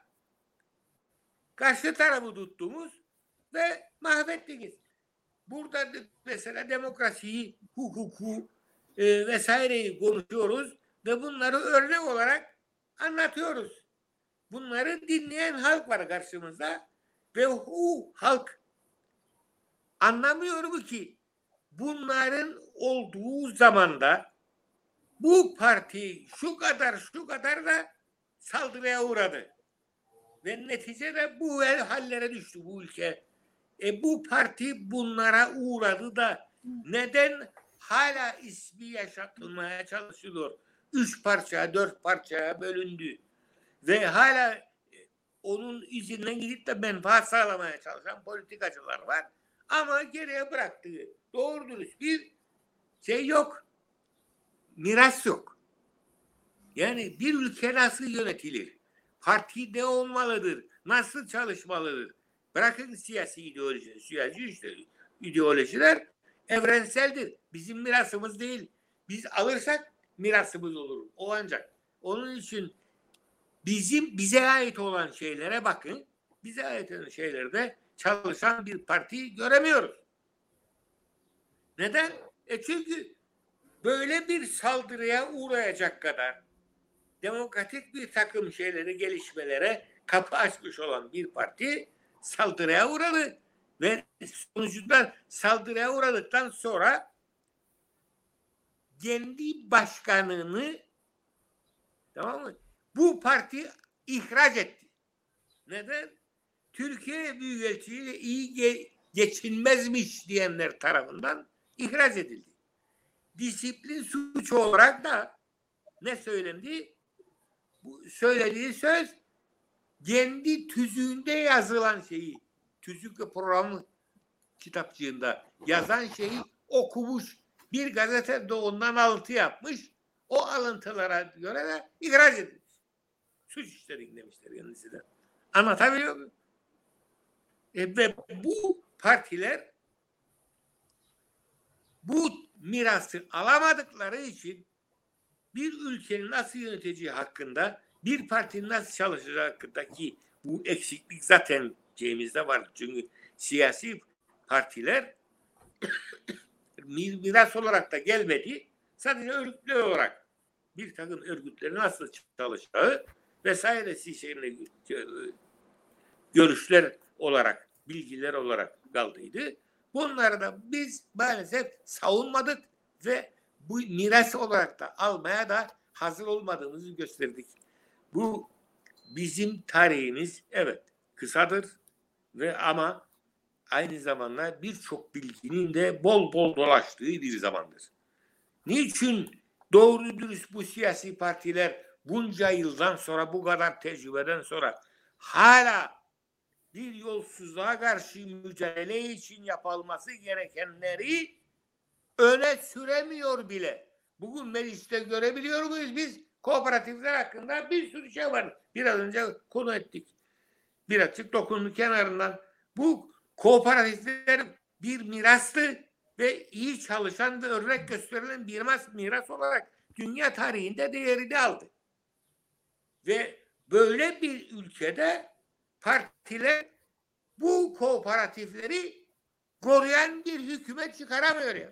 karşı tarafı tuttunuz ve mahvettiniz. Burada mesela demokrasiyi, hukuku vesaireyi konuşuyoruz ve bunları örnek olarak anlatıyoruz. Bunları dinleyen halk var karşımızda ve o halk anlamıyor mu ki bunların olduğu zamanda bu parti şu kadar da saldırıya uğradı. Ve neticede bu hallere düştü bu ülke. Bu parti bunlara uğradı da neden hala ismi yaşatılmaya çalışılıyor? 3 parçaya, 4 parçaya bölündü. Ve hala onun izinden gidip de menfaat sağlamaya çalışan politikacılar var. Ama geriye bıraktığı doğru dürüst bir şey yok. Miras yok. Yani bir ülke nasıl yönetilir? Parti ne olmalıdır? Nasıl çalışmalıdır? Bırakın siyasi ideolojiler. Siyasi ideolojiler evrenseldir. Bizim mirasımız değil. Biz alırsak mirasımız olur. O ancak. Onun için bize ait olan şeylere bakın. Bize ait olan şeylerde çalışan bir parti göremiyoruz. Neden? Çünkü böyle bir saldırıya uğrayacak kadar demokratik bir takım gelişmelere kapı açmış olan bir parti saldırıya uğradı ve sonucunda saldırıya uğradıktan sonra kendi başkanını, tamam mı? Bu parti ihraç etti. Neden? Türkiye Büyükelçiliğiyle iyi geçinmezmiş diyenler tarafından ihraç edildi. disiplin suçu olarak da ne söylendi? Bu söylediği söz kendi tüzüğünde yazılan şeyi, tüzük ve programı kitapçığında yazan şeyi okumuş bir gazete de ondan alıntı yapmış. O alıntılara göre de ihraç edilmiş. Suç işledin demişler kendisine. Anlatabiliyor muyum? Ve bu partiler bu mirası alamadıkları için bir ülkenin nasıl yöneteceği hakkında, bir partinin nasıl çalışacağı hakkındaki bu eksiklik zaten ülkemizde var. Çünkü siyasi partiler miras olarak da gelmedi. Sadece örgütler olarak bir takım örgütlerin nasıl çalışacağı vesairesi şeyine görüşler olarak, bilgiler olarak kaldıydı. Bunları da biz maalesef savunmadık ve bu miras olarak da almaya da hazır olmadığımızı gösterdik. Bu bizim tarihimiz evet kısadır ve ama aynı zamanda birçok bilginin de bol bol dolaştığı bir zamandır. Niçin doğru dürüst bu siyasi partiler bunca yıldan sonra, bu kadar tecrübeden sonra hala bir yolsuzluğa karşı mücadele için yapılması gerekenleri öne süremiyor bile. Bugün mecliste görebiliyor muyuz biz? Kooperatifler hakkında bir sürü şey var. Biraz önce konu ettik. Birazcık dokundu kenarından. Bu kooperatifler bir mirastı ve iyi çalışan ve örnek gösterilen bir miras olarak dünya tarihinde değerini aldı. Ve böyle bir ülkede partiler bu kooperatifleri koruyan bir hükümet çıkaramıyor ya.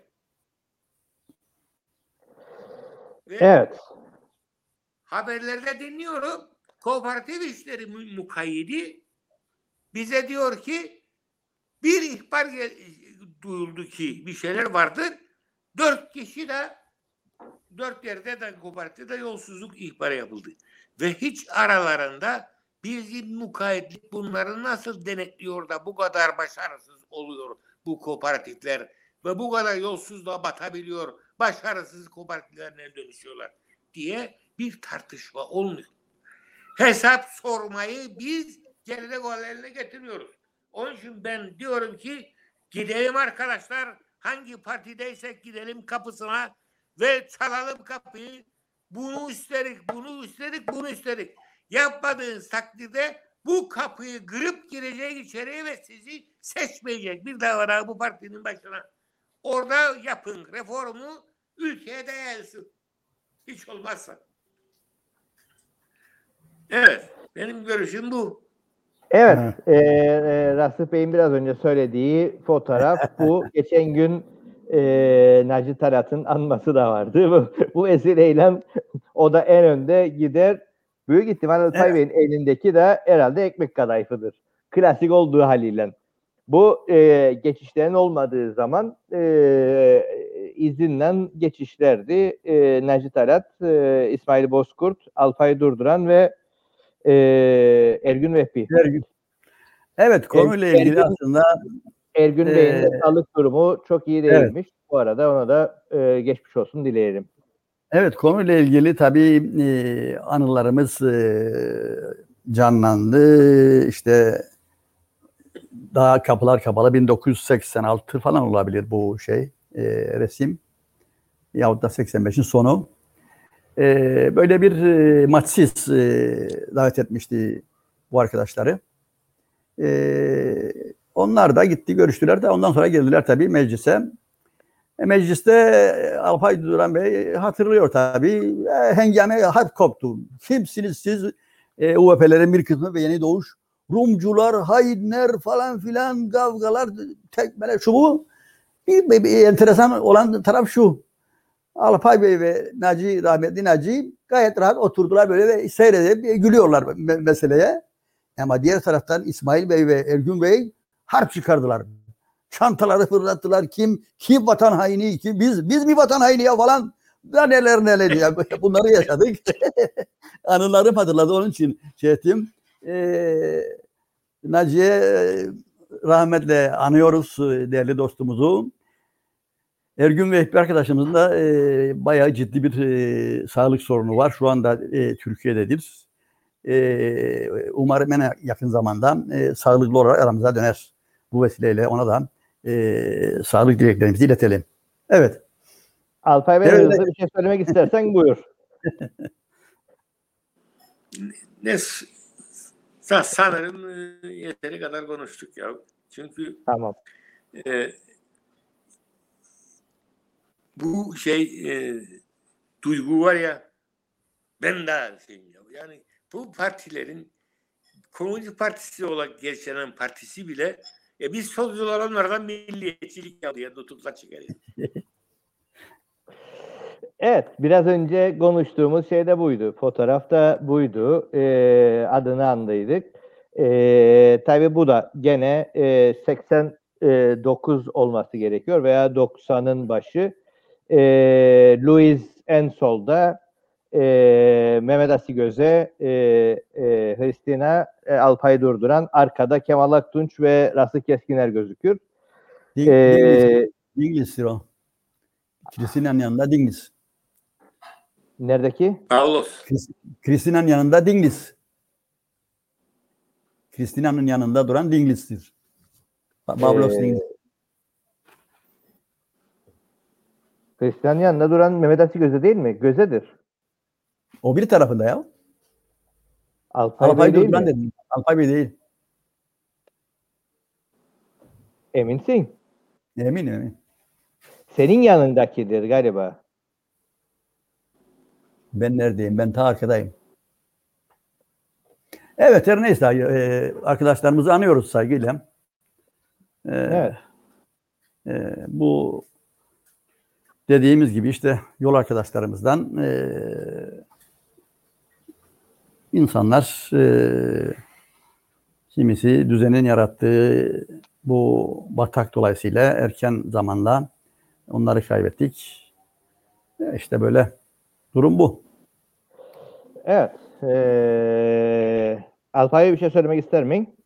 Ve Evet. haberlerde dinliyorum. Kooperatif işleri mukayyidi bize diyor ki bir ihbar duyuldu ki bir şeyler vardır. 4 kişi de 4 yerde de kooperatifte yolsuzluk ihbarı yapıldı. Ve hiç aralarında bizim mukayyetlik bunları nasıl denetliyor da bu kadar başarısız oluyor bu kooperatifler ve bu kadar yolsuzluğa batabiliyor, başarısız kooperatiflerine dönüşüyorlar diye bir tartışma olmuyor. Hesap sormayı biz gelenek haline getirmiyoruz. Onun için ben diyorum ki gidelim arkadaşlar, hangi partideysek gidelim kapısına ve çalalım kapıyı. Bunu istedik, bunu istedik, bunu istedik. Yapmadığınız takdirde bu kapıyı kırıp girecek içeriye ve sizi seçmeyecek. Bir daha bu partinin başına. Orada yapın reformu, ülkeye de yayılsın. Hiç olmazsa. Evet, benim görüşüm bu. Evet, Rasif Bey'in biraz önce söylediği fotoğraf bu. Geçen gün Naci Tarat'ın anması da vardı. Bu vesileyle o da en önde gider. Büyük ihtimalle Alpay Bey'in elindeki de herhalde ekmek kadayıfıdır. Klasik olduğu haliyle. Bu geçişlerin olmadığı zaman izinle geçişlerdi. Naci Tarat, İsmail Bozkurt, Alpay Durduran ve Ergün Vehbi. Evet, konuyla ilgili aslında Ergün Bey'in de sağlık durumu çok iyi değilmiş. Evet. Bu arada ona da geçmiş olsun dileyelim. Evet, konuyla ilgili tabii anılarımız canlandı. İşte daha kapılar kapalı 1986 falan olabilir bu resim. Yahut da 85'in sonu. Böyle bir maçsız davet etmişti bu arkadaşları. Onlar da gitti, görüştüler de ondan sonra geldiler tabii meclise. Mecliste Alpay Duran Bey hatırlıyor tabii. Hengame harp koptu. Kimsiniz siz? UVP'lerin bir kısmı ve Yeni Doğuş. Rumcular, hainler falan filan, kavgalar, tekmeler, şu bu. Bir enteresan olan taraf şu. Alpay Bey ve rahmetli Naci gayet rahat oturdular böyle ve seyredip gülüyorlar meseleye. Ama diğer taraftan İsmail Bey ve Ergün Bey harp çıkardılar. Çantaları fırlattılar. Kim vatan haini? Biz mi vatan haini ya falan. Da neler ya. Bunları yaşadık. Anılarım hatırladı. Onun için ettim. Naciye rahmetle anıyoruz değerli dostumuzu. Ergün Vehbi arkadaşımızın da bayağı ciddi bir sağlık sorunu var. Şu anda Türkiye'dedir. Umarım en yakın zamanda sağlıklı olarak aramıza döner. Bu vesileyle ona da sağlık dileklerimizi iletelim. Evet. Alpay Bey, Evet. hızlı bir şey söylemek istersen buyur. Sanırım yeteri kadar konuştuk ya. Çünkü Tamam. Bu duygu var ya, ben daha şeyim ya. Yani bu partilerin Komünist Partisi olarak geçinen partisi bile biz solcular onlardan milliyetçilik yapıyor, nutukla çıkarıyor. Evet, biraz önce konuştuğumuz şey de buydu. Fotoğraf da buydu. Adını andıydık. Tabii bu da gene 89 olması gerekiyor veya 90'ın başı. Louis en solda, Mehmet Asigöz'e, Hristina Alpay'ı durduran, arkada Kemal Aktunç ve Rastık Keskiner gözükür. Dinglis'tir o. Kristina'nın yanında Dinglis. Neredeki? Pavlos. Kristina'nın yanında Dinglis. Kristina'nın yanında duran Dinglis'tir. Pavlos Dinglis. Hristiyan'ın yanında duran Mehmet Asigöz'e değil mi? Göze'dir. O bir tarafında ya. Alpay Bey değil durduran mi? dedim. Alpay Bey değil. Eminsin? Eminim. Senin yanındakidir galiba. Ben neredeyim? Ben ta arkadayım. Evet, her neyse. Arkadaşlarımızı anıyoruz saygıyla. Evet. Bu dediğimiz gibi işte yol arkadaşlarımızdan insanlar kimisi düzenin yarattığı bu batak dolayısıyla erken zamanda onları kaybettik. İşte böyle durum bu. Evet. Alpay'a bir şey söylemek ister miyim?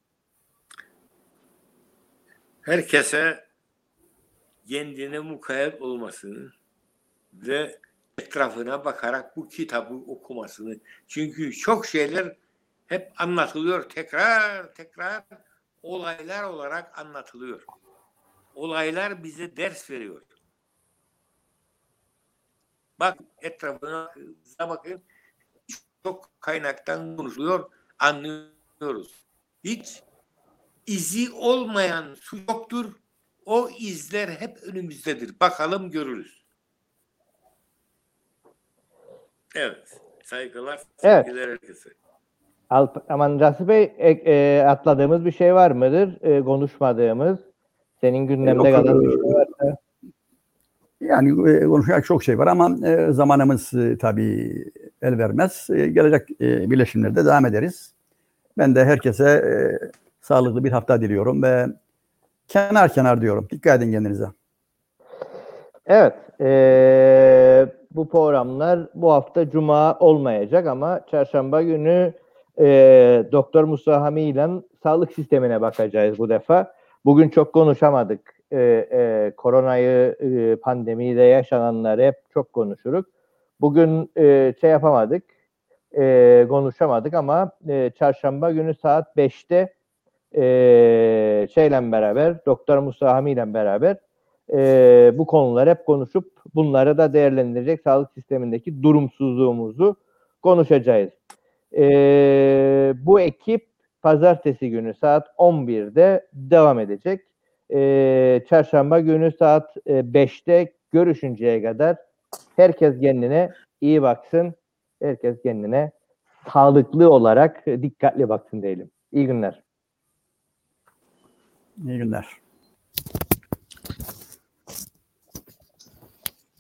Herkese kendine mukayyet olmasını ve etrafına bakarak bu kitabı okumasını. Çünkü çok şeyler hep anlatılıyor. Tekrar olaylar olarak anlatılıyor. Olaylar bize ders veriyor. Bak, etrafına bakın. Çok kaynaktan konuşuluyor, anlıyoruz. Hiç izi olmayan su yoktur. O izler hep önümüzdedir. Bakalım, görürüz. Evet. Saygılar, sevgiler herkese. Aman Rasim Bey, atladığımız bir şey var mıdır? Konuşmadığımız, senin gündemde kalan bir şey varsa. Yani konuşacak çok şey var ama zamanımız tabii el vermez. Gelecek birleşimlerde devam ederiz. Ben de herkese sağlıklı bir hafta diliyorum ve kenar diyorum. Dikkat edin kendinize. Evet. Bu programlar bu hafta Cuma olmayacak ama Çarşamba günü Doktor Musa Hami ile sağlık sistemine bakacağız bu defa. Bugün çok konuşamadık. Koronayı, pandemiyi de yaşananları hep çok konuşuruz. Bugün şey yapamadık, konuşamadık ama Çarşamba günü saat 5'te şeyle beraber, Doktor Musa Hami ile beraber bu konuları hep konuşup bunları da değerlendirecek, sağlık sistemindeki durumsuzluğumuzu konuşacağız. Bu ekip pazartesi günü saat 11'de devam edecek. Çarşamba günü saat 5'te görüşünceye kadar herkes kendine iyi baksın. Herkes kendine sağlıklı olarak dikkatli baksın diyelim. İyi günler. İyi günler.